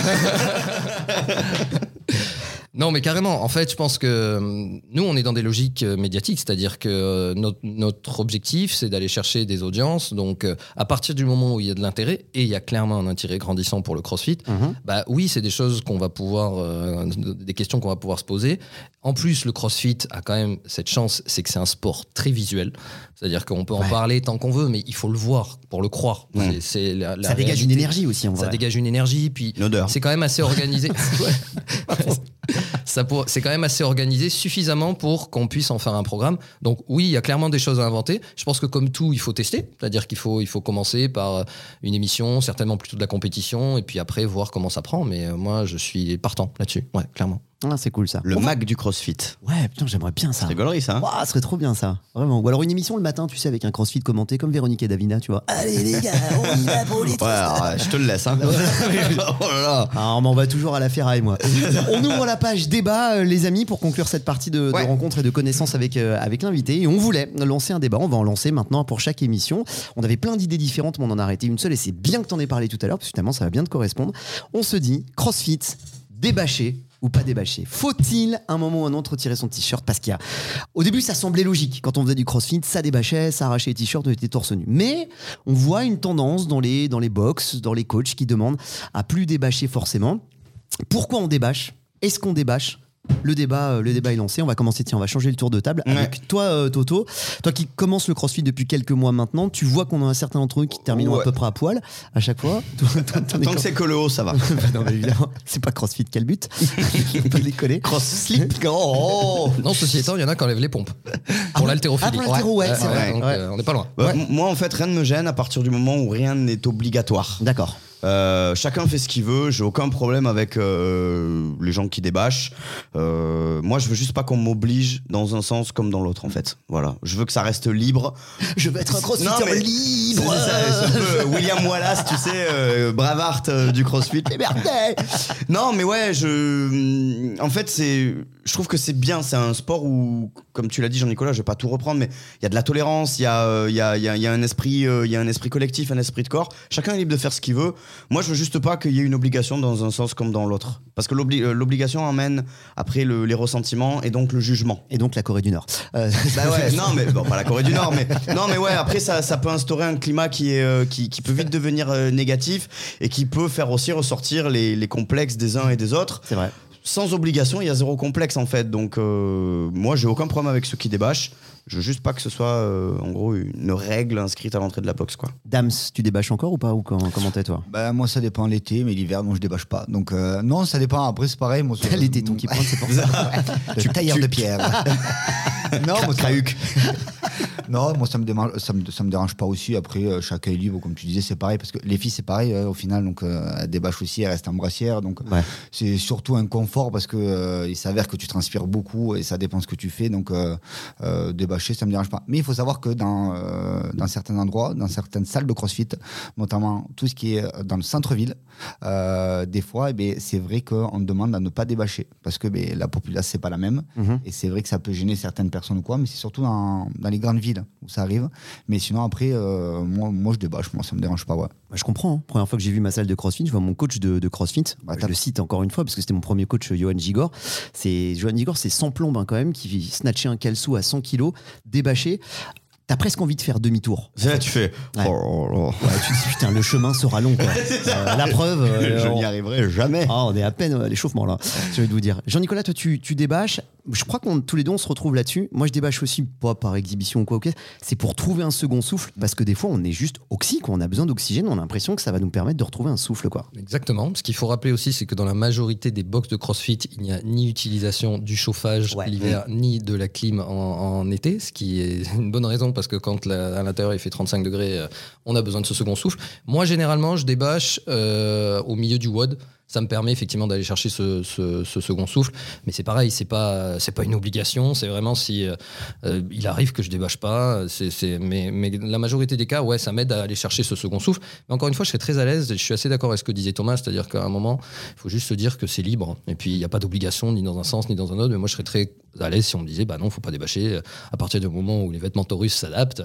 Speaker 5: Non, mais carrément. En fait, je pense que euh, nous, on est dans des logiques euh, médiatiques, c'est-à-dire que euh, notre, notre objectif, c'est d'aller chercher des audiences. Donc, euh, à partir du moment où il y a de l'intérêt, et il y a clairement un intérêt grandissant pour le CrossFit,
Speaker 2: Mhm.
Speaker 5: bah oui, c'est des choses qu'on va pouvoir, euh, des questions qu'on va pouvoir se poser. En plus, le CrossFit a quand même cette chance, c'est que c'est un sport très visuel. C'est-à-dire qu'on peut en
Speaker 2: Ouais.
Speaker 5: parler tant qu'on veut, mais il faut le voir pour le croire.
Speaker 3: Ouais.
Speaker 5: C'est, c'est la, la
Speaker 2: Ça dégage
Speaker 5: réalité.
Speaker 2: une énergie aussi en
Speaker 5: Ça
Speaker 2: vrai.
Speaker 5: dégage une énergie, puis
Speaker 3: Une odeur.
Speaker 5: c'est quand même assez organisé. Ouais. Ça pour- c'est quand même assez organisé suffisamment pour qu'on puisse en faire un programme. Donc oui, il y a clairement des choses à inventer. Je pense que comme tout, il faut tester. C'est-à-dire qu'il faut, il faut commencer par une émission, certainement plutôt de la compétition, et puis après voir comment ça prend. Mais euh, moi, je suis partant là-dessus. Ouais, clairement.
Speaker 2: Ah, c'est cool ça.
Speaker 3: Le
Speaker 2: On va-
Speaker 3: Mac du CrossFit.
Speaker 2: Ouais, putain, j'aimerais bien ça.
Speaker 3: C'est rigolerie ça. Hein.
Speaker 2: Ouah, ce serait trop bien ça, vraiment. Ou alors une émission le matin, tu sais, avec un CrossFit commenté comme Véronique et Davina, tu vois. Allez les gars, on y va pour les
Speaker 3: Ouais,
Speaker 2: trucs.
Speaker 3: alors, je te le laisse. Hein. Oh là là.
Speaker 2: Ah, on m'en va toujours à la ferraille, moi. On ouvre la page débat, euh, les amis, pour conclure cette partie de, de
Speaker 3: Ouais.
Speaker 2: rencontre et de connaissance avec, euh, avec l'invité. Et on voulait lancer un débat. On va en lancer maintenant pour chaque émission. On avait plein d'idées différentes, mais on en a arrêté une seule. Et c'est bien que tu en aies parlé tout à l'heure, parce que finalement, ça va bien te correspondre. On se dit, CrossFit, débâché ou pas débâché? Faut-il, un moment ou un autre, retirer son t-shirt? Parce qu'il y a... Au début, ça semblait logique. Quand on faisait du CrossFit, ça débâchait, ça arrachait les t-shirts, on était torse nu. Mais on voit une tendance dans les, dans les box, dans les coachs qui demandent à plus débâcher forcément. Pourquoi on débâche? Est-ce qu'on débâche? Le débat, euh, le débat est lancé. On va commencer. Tiens, on va changer le tour de table
Speaker 3: Ouais.
Speaker 2: avec toi, euh, Toto. Toi qui commences le CrossFit depuis quelques mois maintenant, tu vois qu'on a un certain d'entre eux qui terminent
Speaker 3: Ouais.
Speaker 2: à peu près à poil à chaque fois. Toi, toi, t'en es
Speaker 3: Tant
Speaker 2: quand-
Speaker 3: que c'est que le haut, ça va.
Speaker 2: Bah non, mais évidemment, c'est pas CrossFit quel but. Faut pas déconner.
Speaker 3: Cross slip. Oh.
Speaker 5: Non, ceci étant, il y en a qui enlèvent les pompes. Pour l'haltérophilie.
Speaker 2: Ah, pour l'haltéro, ouais, c'est
Speaker 3: vrai.
Speaker 5: Donc,
Speaker 2: Ouais.
Speaker 5: euh, on n'est pas loin.
Speaker 3: Bah,
Speaker 2: Ouais.
Speaker 3: m- Moi, en fait, rien ne me gêne à partir du moment où rien n'est obligatoire.
Speaker 2: D'accord.
Speaker 3: Euh, chacun fait ce qu'il veut, j'ai aucun problème avec euh, les gens qui débâchent. Euh, moi, je veux juste pas qu'on m'oblige dans un sens comme dans l'autre, en fait. Voilà, je veux que ça reste libre.
Speaker 2: Je veux être un crossfitter
Speaker 3: Non, mais
Speaker 2: libre.
Speaker 3: C'est, ça, c'est un peu William Wallace, tu sais, euh, Braveheart euh, du CrossFit. Liberté. Non, mais ouais, je. En fait, c'est. Je trouve que c'est bien. C'est un sport où, comme tu l'as dit, Jean-Nicolas, je vais pas tout reprendre, mais il y a de la tolérance, il y a, euh, il y a, il y a, il y a un esprit, euh, il y a un esprit collectif, un esprit de corps. Chacun est libre de faire ce qu'il veut. Moi, je veux juste pas qu'il y ait une obligation dans un sens comme dans l'autre, parce que l'obli- euh, l'obligation emmène après le, les ressentiments et donc le jugement.
Speaker 2: Et donc la Corée du Nord. Euh,
Speaker 3: Bah ouais, non, mais bon, pas la Corée du Nord, mais non, mais ouais. Après, ça, ça peut instaurer un climat qui est, euh, qui, qui peut vite devenir euh, négatif et qui peut faire aussi ressortir les, les complexes des uns et des autres.
Speaker 2: C'est vrai.
Speaker 3: Sans obligation, il y a zéro complexe en fait. Donc, euh, moi, j'ai aucun problème avec ceux qui débâchent. Je veux juste pas que ce soit, euh, en gros, une règle inscrite à l'entrée de la boxe, quoi.
Speaker 2: Dams, tu débâches encore ou pas, ou comment, comment t'es toi?
Speaker 4: Bah, moi, ça dépend l'été, mais l'hiver, non, je débâche pas. Donc, euh, non, ça dépend. Après, c'est pareil. Moi, ça-
Speaker 2: Les tétons qui pointent, c'est pour ça.
Speaker 4: Tu tailleur de pierre. non, moi, ça...
Speaker 3: Crahuc.
Speaker 4: non, moi, ça me, dérange, ça, me, ça me dérange pas aussi. Après, euh, chacun est libre, comme tu disais, c'est pareil. Parce que les filles, c'est pareil, euh, au final. Donc, euh, elles débâchent aussi, elles restent en brassière. Donc,
Speaker 2: Ouais.
Speaker 4: c'est surtout un confort parce que euh, il s'avère que tu transpires beaucoup et ça dépend ce que tu fais. Donc, euh, euh, débâcher, ça me dérange pas. Mais il faut savoir que dans, euh, dans certains endroits, dans certaines salles de CrossFit, notamment tout ce qui est dans le centre-ville, euh, des fois, eh bien, c'est vrai qu'on demande à ne pas débâcher parce que ben, la population, c'est pas la même.
Speaker 2: Mhm.
Speaker 4: Et c'est vrai que ça peut gêner certaines personnes ou quoi, mais c'est surtout dans, dans les grandes villes où ça arrive. Mais sinon, après, euh, moi, moi, je débâche, moi, ça me dérange pas. Ouais.
Speaker 2: Bah, je comprends. Hein. Première fois que j'ai vu ma salle de CrossFit, je vois mon coach de, de CrossFit.
Speaker 4: Bah,
Speaker 2: je
Speaker 4: t'as-
Speaker 2: le cite encore une fois parce que c'était mon premier coach, Johan Gigor. C'est Johan Gigor, c'est sans plombe hein, quand même, qui snatchait un calçou à cent kilos, débâché. T'as presque envie de faire demi-tour.
Speaker 3: C'est là, tu fais.
Speaker 2: Ouais.
Speaker 3: Oh, oh, oh.
Speaker 2: Ouais, tu te dis putain, le chemin sera long. Quoi. Euh, la preuve. euh,
Speaker 3: Je
Speaker 2: on-
Speaker 3: n'y arriverai jamais.
Speaker 2: Ah, on est à peine à l'échauffement là. J'ai envie de vous dire. Jean-Nicolas, toi, tu, tu débâches. Je crois qu'on tous les deux on se retrouve là-dessus. Moi, je débâche aussi, pas par exhibition ou quoi. ok. C'est pour trouver un second souffle, parce que des fois, on est juste oxy, quoi. On a besoin d'oxygène. On a l'impression que ça va nous permettre de retrouver un souffle, quoi.
Speaker 5: Exactement. Ce qu'il faut rappeler aussi, c'est que dans la majorité des box de CrossFit, il n'y a ni utilisation du chauffage
Speaker 2: Ouais.
Speaker 5: l'hiver, ni de la clim en, en été, ce qui est une bonne raison parce que quand la- à l'intérieur il fait trente-cinq degrés, euh, on a besoin de ce second souffle. Moi, généralement, je débâche euh, au milieu du W O D. Ça me permet effectivement d'aller chercher ce, ce- ce second souffle, mais c'est pareil, c'est pas c'est pas une obligation, c'est vraiment si euh, euh, il arrive que je débâche pas, c'est, c'est mais, mais la majorité des cas, ouais, ça m'aide à aller chercher ce second souffle. Mais encore une fois, je serais très à l'aise. Je suis assez d'accord avec ce que disait Thomas, c'est-à-dire qu'à un moment, il faut juste se dire que c'est libre, et puis il n'y a pas d'obligation ni dans un sens ni dans un autre. Mais moi, je serais très à l'aise si on me disait, bah non, faut pas débâcher. À partir du moment où les vêtements taurus s'adaptent.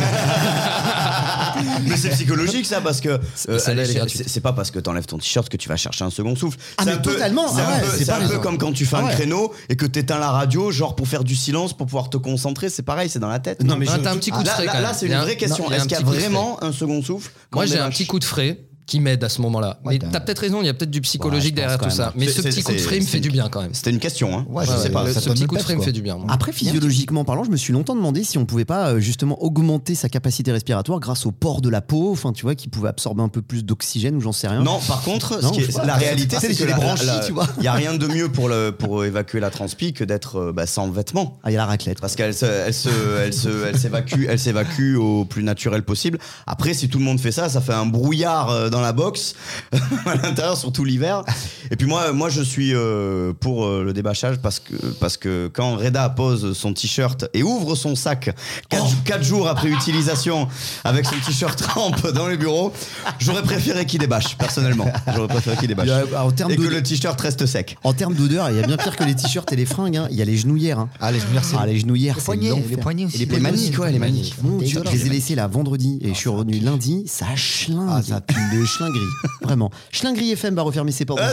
Speaker 3: Mais c'est psychologique ça, parce que euh,
Speaker 5: celle-là,
Speaker 3: allez,
Speaker 5: elle est
Speaker 3: c'est,
Speaker 5: gratuite.
Speaker 3: c'est pas parce que t'enlèves ton t-shirt que tu vas chercher un second souffle.
Speaker 2: Ah,
Speaker 3: c'est
Speaker 2: mais
Speaker 3: un peu,
Speaker 2: totalement.
Speaker 3: C'est
Speaker 2: Ah
Speaker 3: un
Speaker 2: ouais,
Speaker 3: peu,
Speaker 2: c'est
Speaker 3: c'est
Speaker 2: pas
Speaker 3: un peu
Speaker 2: raison.
Speaker 3: comme quand tu fais
Speaker 2: Ah
Speaker 3: un
Speaker 2: ouais.
Speaker 3: créneau et que t'éteins la radio, genre pour faire du silence, pour pouvoir te concentrer. C'est pareil, c'est dans la tête.
Speaker 2: Non, mais
Speaker 5: Ah,
Speaker 2: je-
Speaker 5: t'as un petit coup de
Speaker 3: là,
Speaker 5: frais
Speaker 3: là,
Speaker 5: quand
Speaker 3: là,
Speaker 5: même.
Speaker 3: c'est
Speaker 5: Il y
Speaker 3: une
Speaker 5: a un-
Speaker 3: vraie question.
Speaker 5: non, il y a
Speaker 3: Est-ce
Speaker 5: un
Speaker 3: qu'il y a
Speaker 5: petit coup de
Speaker 3: vraiment un second souffle quand
Speaker 5: Moi,
Speaker 3: on
Speaker 5: j'ai un
Speaker 3: débâche
Speaker 5: petit coup de frais qui m'aide à ce moment-là.
Speaker 4: Ouais,
Speaker 5: mais
Speaker 4: t'as-
Speaker 5: t'as peut-être raison, il y a peut-être du psychologique
Speaker 2: Ouais, je pense
Speaker 5: derrière tout
Speaker 2: quand
Speaker 5: ça.
Speaker 2: même.
Speaker 5: Mais
Speaker 3: C'est-
Speaker 5: ce
Speaker 3: c'est-
Speaker 5: petit coup de
Speaker 3: c'est-
Speaker 5: frais me
Speaker 3: c'est
Speaker 5: fait
Speaker 3: une-
Speaker 5: du bien quand même.
Speaker 3: C'était une question. Hein.
Speaker 4: Ouais,
Speaker 3: je
Speaker 4: ouais,
Speaker 3: sais pas.
Speaker 4: le-
Speaker 5: Ce
Speaker 4: ça donne
Speaker 5: petit
Speaker 4: le
Speaker 5: coup de
Speaker 4: peps,
Speaker 5: frais me
Speaker 4: quoi.
Speaker 5: fait du bien. moi.
Speaker 2: Après, physiologiquement parlant, je me suis longtemps demandé si on pouvait pas euh, justement augmenter sa capacité respiratoire grâce au port de la peau, enfin tu vois, qui pouvait absorber un peu plus d'oxygène ou j'en sais rien.
Speaker 3: Non, par contre,
Speaker 2: Non,
Speaker 3: ce qui est-
Speaker 2: je sais pas.
Speaker 3: la réalité,
Speaker 2: C'est
Speaker 3: c'est que
Speaker 2: les
Speaker 3: la-
Speaker 2: branchies,
Speaker 3: la-
Speaker 2: tu vois.
Speaker 3: il y a rien de mieux pour le pour évacuer la transpi que d'être euh, bah, sans vêtements.
Speaker 2: Ah, il y a la raclette.
Speaker 3: Parce qu'elle se, elle se, elle se, elle s'évacue, elle s'évacue au plus naturel possible. Après, si tout le monde fait ça, ça fait un brouillard euh, dans la box à l'intérieur, surtout l'hiver. Et puis moi, moi, je suis euh, pour euh, le débâchage parce que parce que quand Reda pose son t-shirt et ouvre son sac quatre jours après utilisation avec son t-shirt rampe dans le bureau, j'aurais préféré qu'il débâche personnellement. J'aurais préféré qu'il débâche.
Speaker 2: Il y a- en termes
Speaker 3: Et que
Speaker 2: d'odeur-
Speaker 3: le t-shirt reste sec.
Speaker 2: En termes d'odeur, il y a bien pire que les t-shirts et les fringues. hein. Il y a les genouillères. hein.
Speaker 4: Ah, les genouillères, c'est
Speaker 2: Ah, les genouillères,
Speaker 4: Les
Speaker 2: c'est
Speaker 4: poignets,
Speaker 2: l'enfer.
Speaker 4: les poignets aussi.
Speaker 2: Et les
Speaker 4: Les
Speaker 2: poignets,
Speaker 3: maniques, ouais, les maniques.
Speaker 2: Mon Dieu,
Speaker 4: Dégueulasse.
Speaker 2: je les ai laissés là vendredi et je suis revenu lundi. Ça schlingue.
Speaker 4: Ah, ça
Speaker 2: pue de schlinguerie. Vraiment. Schlinguerie F M va refermer ses portes.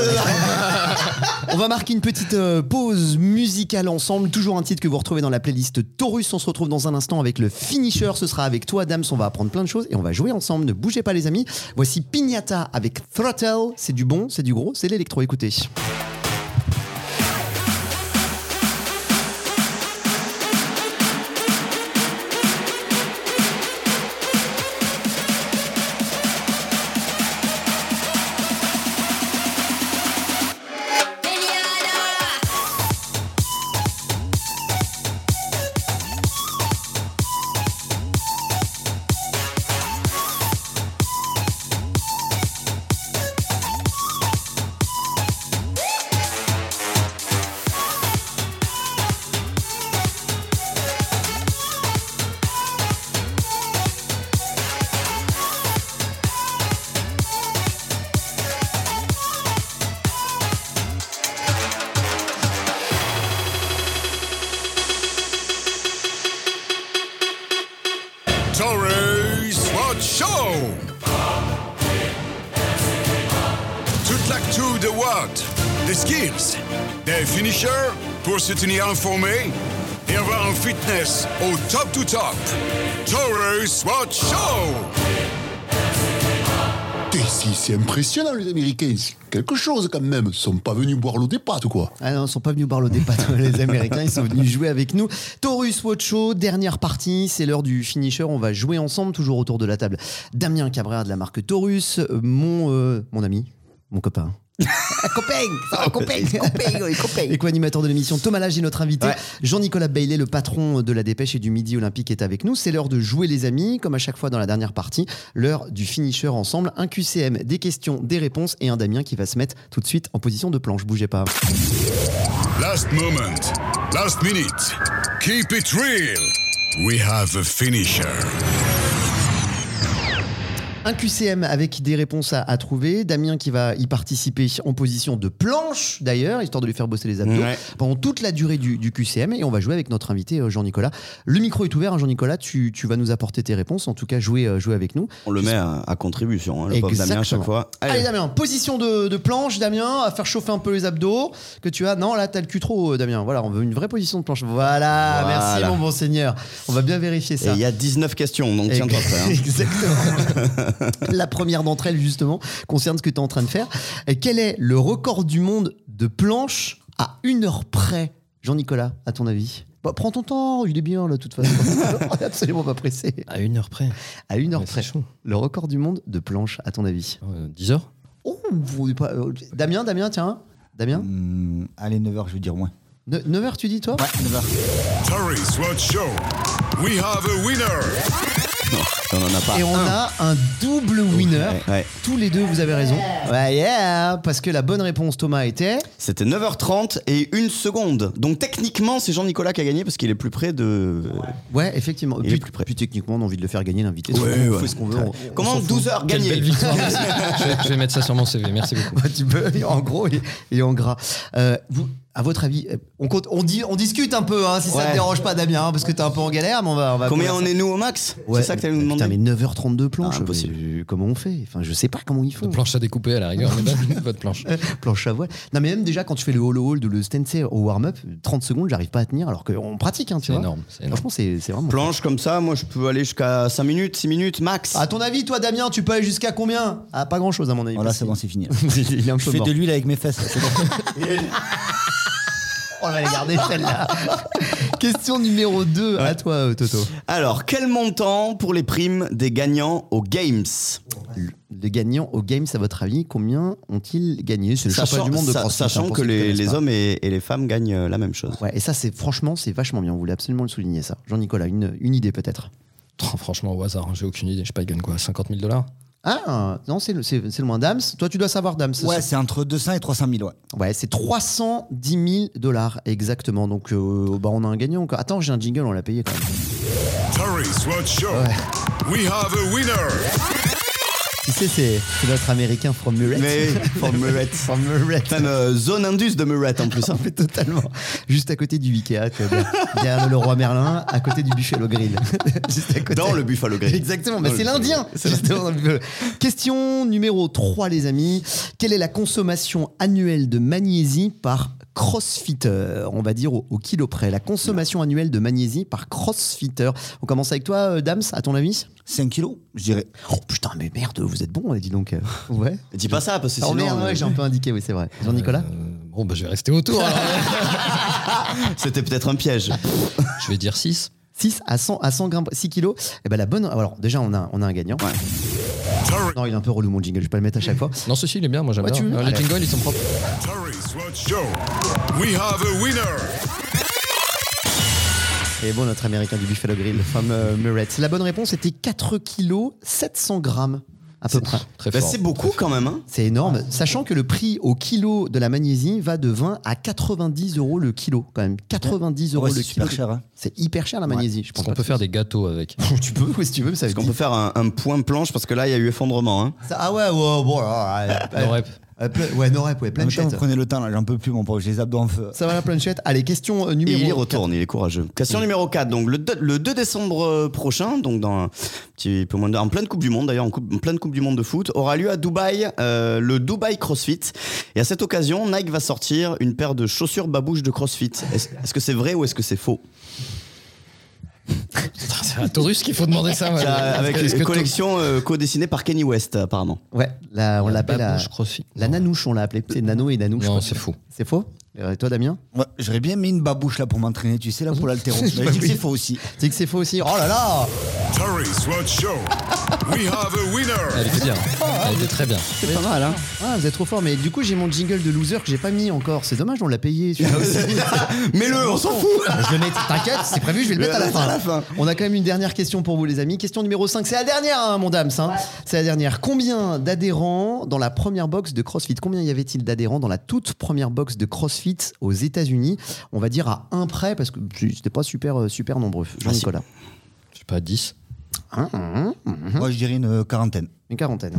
Speaker 2: On va marquer une petite euh, pause musicale ensemble. Toujours un titre que vous retrouvez dans la playlist Taurus. On se retrouve dans un instant avec le finisher. Ce sera avec toi, Dams. On va apprendre plein de choses et on va jouer ensemble. Ne bougez pas, les amis. Voici Pignata avec Throttle. C'est du bon, c'est du gros, c'est l'électro. Écoutez.
Speaker 7: Piñata.
Speaker 1: what? Des skills, des finishers pour se tenir informé et avoir un fitness au top to top. Toru SWAT Show!
Speaker 10: Et si, c'est impressionnant les Américains, c'est quelque chose quand même. Ils sont pas venus boire l'eau des pâtes ou quoi?
Speaker 2: Ah non, ils sont pas venus boire l'eau des pâtes, les Américains, ils sont venus jouer avec nous. Toru SWAT Show, dernière partie, c'est l'heure du finisher, on va jouer ensemble, toujours autour de la table. Damien Cabrera de la marque Taurus, mon, euh, mon ami, mon copain. Un copain, c'est un copain, copain, oui, copain. Et co-animateur de l'émission Thomas Lage est notre invité. Ouais. Jean-Nicolas Bailey, le patron de la Dépêche et du Midi Olympique, est avec nous. C'est l'heure de jouer les amis, comme à chaque fois dans la dernière partie. L'heure du finisher ensemble. Un Q C M, des questions, des réponses et un Damien qui va se mettre tout de suite en position de planche. Bougez pas.
Speaker 1: Last moment, last minute. Keep it real. We have a finisher.
Speaker 2: Un Q C M avec des réponses à, à trouver. Damien qui va y participer en position de planche d'ailleurs, histoire de lui faire bosser les abdos ouais. pendant toute la durée du, du Q C M. Et on va jouer avec notre invité Jean-Nicolas. Le micro est ouvert, hein, Jean-Nicolas. Tu, tu vas nous apporter tes réponses. En tout cas, jouer, jouer avec nous.
Speaker 3: On le met à, à contribution, hein, le pauvre Damien à chaque fois.
Speaker 2: Allez, Allez Damien, position de, de planche, Damien, à faire chauffer un peu les abdos que tu as. Non, là, t'as le cul trop, Damien. Voilà, on veut une vraie position de planche. Voilà, voilà. Merci mon bon seigneur. On va bien vérifier ça.
Speaker 3: Et il y a dix-neuf questions, donc tiens-toi prêt. Hein.
Speaker 2: Exactement. La première d'entre elles, justement, concerne ce que tu es en train de faire. Quel est le record du monde de planche à une heure près, Jean-Nicolas, à ton avis? Bah, prends ton temps, il est bien, là, de toute façon. On est absolument pas pressé.
Speaker 5: À une heure près.
Speaker 2: À une heure
Speaker 5: ouais,
Speaker 2: près. Le record du monde de planche, à ton avis?
Speaker 5: euh, dix heures.
Speaker 2: Oh, vous, pas, euh, Damien, Damien, tiens. Damien
Speaker 4: mmh, Allez, neuf heures, je vais dire moins.
Speaker 2: neuf heures, tu dis, toi?
Speaker 4: Ouais, neuf heures.
Speaker 1: Toru SWAT Show. We have a winner.
Speaker 3: Non, on en a pas
Speaker 2: Et on
Speaker 3: un.
Speaker 2: a un double winner.
Speaker 3: Ouais, ouais.
Speaker 2: Tous les deux, vous avez raison. Ouais, yeah, parce que la bonne réponse, Thomas, était...
Speaker 3: C'était neuf heures trente et une seconde. Donc techniquement, c'est Jean-Nicolas qui a gagné parce qu'il est plus près de...
Speaker 2: Ouais, effectivement.
Speaker 3: Il
Speaker 2: puis,
Speaker 3: est plus près.
Speaker 2: Puis techniquement, on a envie de le faire gagner, l'invité.
Speaker 3: Ouais,
Speaker 2: on
Speaker 3: ouais.
Speaker 2: fait ce qu'on veut. On,
Speaker 3: Comment
Speaker 2: on
Speaker 3: douze heures
Speaker 5: Quelle
Speaker 3: gagné
Speaker 5: belle victoire. je, vais, je vais mettre ça sur mon C V. Merci beaucoup.
Speaker 2: Tu peux, en gros et, et en gras. Euh, vous, à votre avis, on, compte, on, dit, on discute un peu, hein, si ouais. ça te dérange pas, Damien, hein, parce que t'es un peu en galère, mais on va. On va
Speaker 3: Combien on est nous au max?
Speaker 2: Ouais.
Speaker 3: C'est ça que t'allais nous demander?
Speaker 2: Putain, mais neuf heures trente-deux planches.
Speaker 3: Ah, impossible.
Speaker 2: Mais, comment on fait? Enfin, je sais pas comment il faut.
Speaker 5: De planche à découper à la rigueur, mais pas votre planche.
Speaker 2: Planche à voile. Non, mais même déjà quand tu fais le hollow hold ou le stance au warm-up, trente secondes, j'arrive pas à tenir, alors qu'on pratique, hein, tu
Speaker 5: c'est
Speaker 2: vois.
Speaker 5: Énorme, c'est énorme.
Speaker 2: Franchement, c'est, c'est vraiment.
Speaker 3: Planche comme ça, moi je peux aller jusqu'à cinq minutes, six minutes max.
Speaker 2: À ton avis, toi, Damien, tu peux aller jusqu'à combien? Ah, pas grand chose à mon avis.
Speaker 4: Voilà, c'est bon, c'est fini.
Speaker 2: Il est un peu
Speaker 4: Je fais
Speaker 2: mort.
Speaker 4: de l'huile avec mes fesses. C'est bon.
Speaker 2: On va les garder celle-là. Question numéro deux, ouais. À toi, Toto.
Speaker 3: Alors, quel montant pour les primes des gagnants aux Games?
Speaker 2: Les gagnants aux Games, à votre avis, combien ont-ils gagné? C'est le championnat du monde de CrossFit.
Speaker 3: Sachant que les, les hommes et, et les femmes gagnent la même chose.
Speaker 2: Ouais, et ça, c'est franchement, c'est vachement bien. On voulait absolument le souligner, ça. Jean-Nicolas, une, une idée peut-être?
Speaker 5: Oh, franchement, au hasard, j'ai aucune idée. Je sais pas, ils gagnent quoi? cinquante mille dollars?
Speaker 2: Ah, non, c'est le, c'est, c'est le moins. Dams, toi, tu dois savoir, Dams.
Speaker 4: Ouais, c'est entre deux cents et trois cent mille, ouais.
Speaker 2: Ouais, c'est trois cent dix mille dollars, exactement. Donc, euh, bah, on a un gagnant encore. Attends, j'ai un jingle, on l'a payé quand même.
Speaker 1: Toru SWAT Show. Ouais. We have a winner.
Speaker 2: Tu sais, c'est, c'est notre américain from Muret.
Speaker 3: Mais from Muret.
Speaker 2: From Muret.
Speaker 3: C'est une euh, zone indus de Muret en plus. Hein.
Speaker 2: Mais totalement. Juste à côté du Ikea, derrière le Leroy Merlin, à côté du Buffalo Grill. Juste à côté.
Speaker 3: Dans le Buffalo Grill.
Speaker 2: Exactement, mais
Speaker 3: Dans
Speaker 2: c'est l'Indien. C'est l'Indien. Question numéro trois, les amis. Quelle est la consommation annuelle de magnésie par crossfitter? On va dire au, au kilo près. La consommation annuelle de magnésie par crossfitter. On commence avec toi, Dams, à ton avis?
Speaker 4: cinq kilos, je dirais.
Speaker 2: Oh putain, mais merde, vous êtes bon, dis donc. Ouais.
Speaker 3: Dis pas ça, parce que
Speaker 2: oh,
Speaker 3: sinon...
Speaker 2: merde, ouais, j'ai un peu indiqué, oui, c'est vrai. Jean-Nicolas
Speaker 5: euh, Bon, bah je vais rester autour. Alors.
Speaker 3: C'était peut-être un piège.
Speaker 5: Je vais dire six.
Speaker 2: six à cent, à cent grammes, six kilos. Et ben la bonne... Alors, déjà, on a, on a un gagnant. Ouais. Non, il est un peu relou, mon jingle, je vais pas le mettre à chaque fois.
Speaker 5: Non, ceci, il est bien, moi j'aime
Speaker 2: ouais,
Speaker 5: bien.
Speaker 2: Tu...
Speaker 5: Euh, les jingles, ils sont propres.
Speaker 1: Toru SWAT Show. We have a winner.
Speaker 2: Et bon, notre américain du Buffalo Grill, le fameux Muret. La bonne réponse était quatre kilos sept cents grammes. À peu près.
Speaker 5: Très
Speaker 3: bah
Speaker 5: fort.
Speaker 3: C'est beaucoup quand même. Hein.
Speaker 2: C'est énorme. Sachant que le prix au kilo de la magnésie va de vingt à quatre-vingt-dix euros le kilo. Quand même. quatre-vingt-dix euros
Speaker 4: ouais,
Speaker 2: le
Speaker 4: c'est
Speaker 2: kilo.
Speaker 4: super cher. Hein.
Speaker 2: C'est hyper cher la magnésie.
Speaker 5: Ouais.
Speaker 2: Je pense
Speaker 5: qu'on peut faire des gâteaux avec.
Speaker 2: Tu peux, oui, si tu veux. Ça
Speaker 3: Est-ce qu'on peut faire un, un point planche parce que là, il y a eu effondrement. Hein.
Speaker 2: Ça, ah ouais, ouais, bon. Alors,
Speaker 5: no rep.
Speaker 2: Euh, ple- ouais, no rep, ouais,
Speaker 4: En même temps,
Speaker 2: planchette.
Speaker 4: vous prenez le temps, là, j'en peux plus, mon pauvre, j'ai les abdos en feu.
Speaker 2: Ça va la planchette. Allez, question euh,
Speaker 3: Et
Speaker 2: numéro
Speaker 3: il y retourne, il est courageux. Question numéro quatre. Donc, le deux, le deux décembre euh, prochain, donc dans un petit peu moins de, en pleine Coupe du Monde d'ailleurs, en, coupe- en pleine Coupe du Monde de foot, aura lieu à Dubaï euh, le Dubaï CrossFit. Et à cette occasion, Nike va sortir une paire de chaussures babouches de CrossFit. Est-ce, est-ce que c'est vrai ou est-ce que c'est faux?
Speaker 5: C'est à Taurus qu'il faut demander ça. ouais.
Speaker 3: Ça, avec
Speaker 5: Est-ce
Speaker 3: une
Speaker 5: que
Speaker 3: collection euh, co-dessinée par Kenny West, apparemment.
Speaker 2: Ouais, là, on
Speaker 5: La
Speaker 2: l'appelle la,
Speaker 5: babouche CrossFit.
Speaker 2: la nanouche, on l'a appelée. C'est Nano et Nanouche.
Speaker 5: Non,
Speaker 2: quoi.
Speaker 5: c'est faux.
Speaker 2: C'est faux. Et toi, Damien?
Speaker 4: Ouais, j'aurais bien mis une babouche là pour m'entraîner, tu sais, là pour l'haltéro. Mais je dis que c'est faux aussi.
Speaker 2: Tu dis que c'est faux aussi. Oh là là.
Speaker 1: Tourist Roadshow. We have a winner.
Speaker 5: Elle était bien. Elle était très bien.
Speaker 2: C'est pas mal, hein. Ah, vous êtes trop fort. Mais du coup, j'ai mon jingle de loser que j'ai pas mis encore. C'est dommage, on l'a payé. celui-là aussi.
Speaker 3: Mets-le, on s'en fout.
Speaker 2: Je le mets. T'inquiète, c'est prévu. Je vais le mettre à la
Speaker 3: mettre à
Speaker 2: fin.
Speaker 3: la fin.
Speaker 2: On a quand même une dernière question pour vous, les amis. Question numéro cinq. C'est la dernière, hein, mon dame. Hein. C'est la dernière. Combien d'adhérents dans la première box de CrossFit? Combien y avait-il d'adhérents dans la toute première box de CrossFit aux États-Unis? On va dire à un près parce que c'était pas super super nombreux. Jean-Nicolas.
Speaker 5: Je sais pas, dix.
Speaker 2: Hein, hein, hein,
Speaker 4: Moi, je dirais une quarantaine.
Speaker 2: une quarantaine.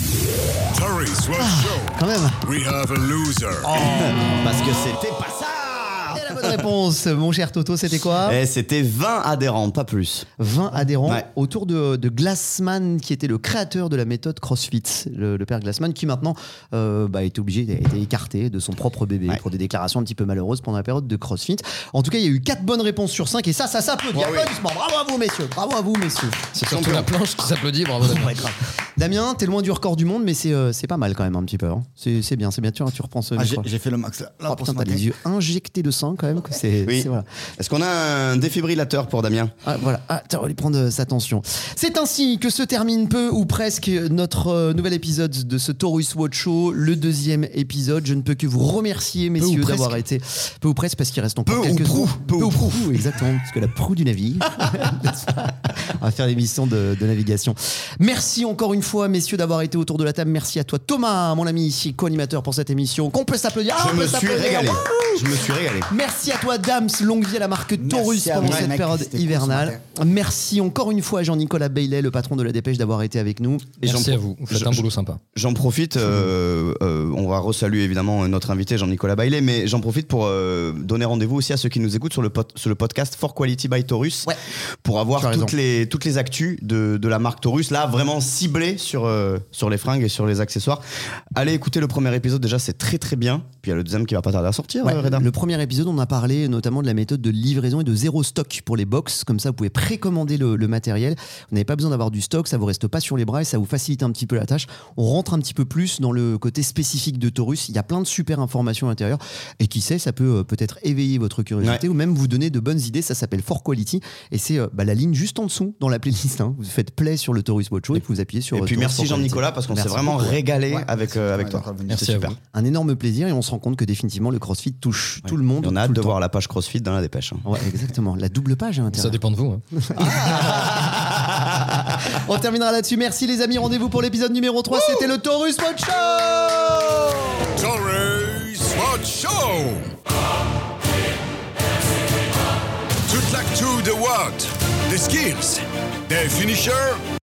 Speaker 1: Tourist Roadshow.
Speaker 2: Quand même.
Speaker 1: We have a loser.
Speaker 3: Parce que c'était pas ça.
Speaker 2: Et la bonne réponse, mon cher Toto, c'était quoi?
Speaker 3: Eh, c'était vingt adhérents, pas plus.
Speaker 2: vingt adhérents
Speaker 3: Ouais.
Speaker 2: autour de, de Glassman, qui était le créateur de la méthode CrossFit, le, le père Glassman, qui maintenant euh, bah, était obligé, a été écarté de son propre bébé
Speaker 3: Ouais.
Speaker 2: pour des déclarations un petit peu malheureuses pendant la période de CrossFit. En tout cas, il y a eu quatre bonnes réponses sur cinq et ça, ça s'applaudit.
Speaker 3: Ouais, oui.
Speaker 2: Applaudissements. Bravo à vous, messieurs. Bravo à vous, messieurs.
Speaker 5: C'est surtout la planche qui s'applaudit. Bravo. Damien.
Speaker 2: Ouais, grave. Damien, t'es loin du record du monde, mais c'est euh, c'est pas mal quand même un petit peu. hein. C'est c'est bien, c'est bien. Tu, tu reprends ce
Speaker 4: Ah, j'ai,
Speaker 2: micro.
Speaker 4: j'ai fait le max là, là
Speaker 2: Oh,
Speaker 4: pour
Speaker 2: putain,
Speaker 4: ce
Speaker 2: t'as
Speaker 4: matin.
Speaker 2: les yeux injectés de sang quand même. que C'est
Speaker 3: Oui.
Speaker 2: c'est- voilà.
Speaker 3: Est-ce qu'on a un défibrillateur pour Damien?
Speaker 2: Ah, voilà, ah, tiens, on va lui prendre euh, sa tension. C'est ainsi que se termine peu ou presque notre euh, nouvel épisode de ce Taurus Watch Show, le deuxième épisode. Je ne peux que vous remercier, messieurs,
Speaker 4: presque.
Speaker 2: d'avoir été peu ou presque, parce qu'il reste encore
Speaker 3: Peu ou
Speaker 2: quelques
Speaker 3: prou,
Speaker 2: secondes.
Speaker 3: peu ou
Speaker 2: prou, exactement, parce que la proue du navire. N'est-ce pas? On va faire l'émission de, de navigation. Merci encore une fois, messieurs, d'avoir été autour de la table. Merci à toi, Thomas, mon ami ici, co-animateur pour cette émission. Qu'on peut s'applaudir. Ah,
Speaker 3: Je
Speaker 2: on
Speaker 3: me
Speaker 2: peut
Speaker 3: suis
Speaker 2: s'applaudir.
Speaker 3: régalé.
Speaker 2: Wouh.
Speaker 3: Je me suis régalé.
Speaker 2: Merci à toi, Dams. Longue vie à la marque Taurus
Speaker 4: Merci à
Speaker 2: pendant
Speaker 4: vous,
Speaker 2: cette
Speaker 4: mec,
Speaker 2: période
Speaker 4: c'était cool ce
Speaker 2: hivernale.
Speaker 4: matin.
Speaker 2: Merci encore une fois à Jean-Nicolas Bailey, le patron de la Dépêche, d'avoir été avec nous.
Speaker 3: Et
Speaker 5: Merci
Speaker 3: j'en-
Speaker 5: à vous. Vous faites
Speaker 3: je-
Speaker 5: un boulot sympa.
Speaker 3: J'en profite, euh, euh, on va resaluer évidemment notre invité Jean-Nicolas Bailey, mais j'en profite pour euh, donner rendez-vous aussi à ceux qui nous écoutent sur le, pod- sur le podcast For Quality by Taurus,
Speaker 2: Ouais.
Speaker 3: pour
Speaker 2: Tu as
Speaker 3: avoir
Speaker 2: raison.
Speaker 3: toutes les, toutes les actus de, de la marque Taurus, là vraiment ciblées sur, euh, sur les fringues et sur les accessoires. Allez écouter le premier épisode, déjà c'est très très bien, puis il y a le deuxième qui va pas tarder à sortir,
Speaker 2: Ouais,
Speaker 3: euh, Reda.
Speaker 2: le premier épisode, on a parlé notamment de la méthode de livraison et de zéro stock pour les box. Comme ça, vous pouvez précommander le, le matériel. Vous n'avez pas besoin d'avoir du stock, ça vous reste pas sur les bras et ça vous facilite un petit peu la tâche. On rentre un petit peu plus dans le côté spécifique de Taurus. Il y a plein de super informations à l'intérieur et qui sait, ça peut euh, peut-être éveiller votre curiosité
Speaker 3: Ouais.
Speaker 2: ou même vous donner de bonnes idées. Ça s'appelle For Quality et c'est euh, bah, la ligne juste en dessous dans la playlist. hein. Vous faites play sur le Taurus Watch Show et vous appuyez sur.
Speaker 3: Et
Speaker 2: euh,
Speaker 3: puis
Speaker 2: Taurus
Speaker 3: merci
Speaker 2: For Quality.
Speaker 3: Jean-Nicolas parce qu'on s'est
Speaker 2: Merci
Speaker 3: vraiment
Speaker 2: beaucoup.
Speaker 3: régalé
Speaker 4: Ouais.
Speaker 3: avec, euh, avec toi.
Speaker 5: Merci
Speaker 3: C'était
Speaker 5: à
Speaker 3: super.
Speaker 5: vous.
Speaker 2: Un énorme plaisir et on se rend compte que définitivement le CrossFit touche tout le monde.
Speaker 3: Et on a
Speaker 2: tout
Speaker 3: hâte
Speaker 2: le
Speaker 3: de
Speaker 2: temps.
Speaker 3: voir la page CrossFit dans la dépêche. hein.
Speaker 2: Ouais, exactement. La double page à
Speaker 5: Ça
Speaker 2: l'intérieur.
Speaker 5: dépend de vous. hein.
Speaker 2: On terminera là-dessus. Merci les amis. Rendez-vous pour l'épisode numéro trois. C'était le Taurus Watch Show.
Speaker 1: Taurus Watch Show. Toute l'actu de what? Des skills, des finishers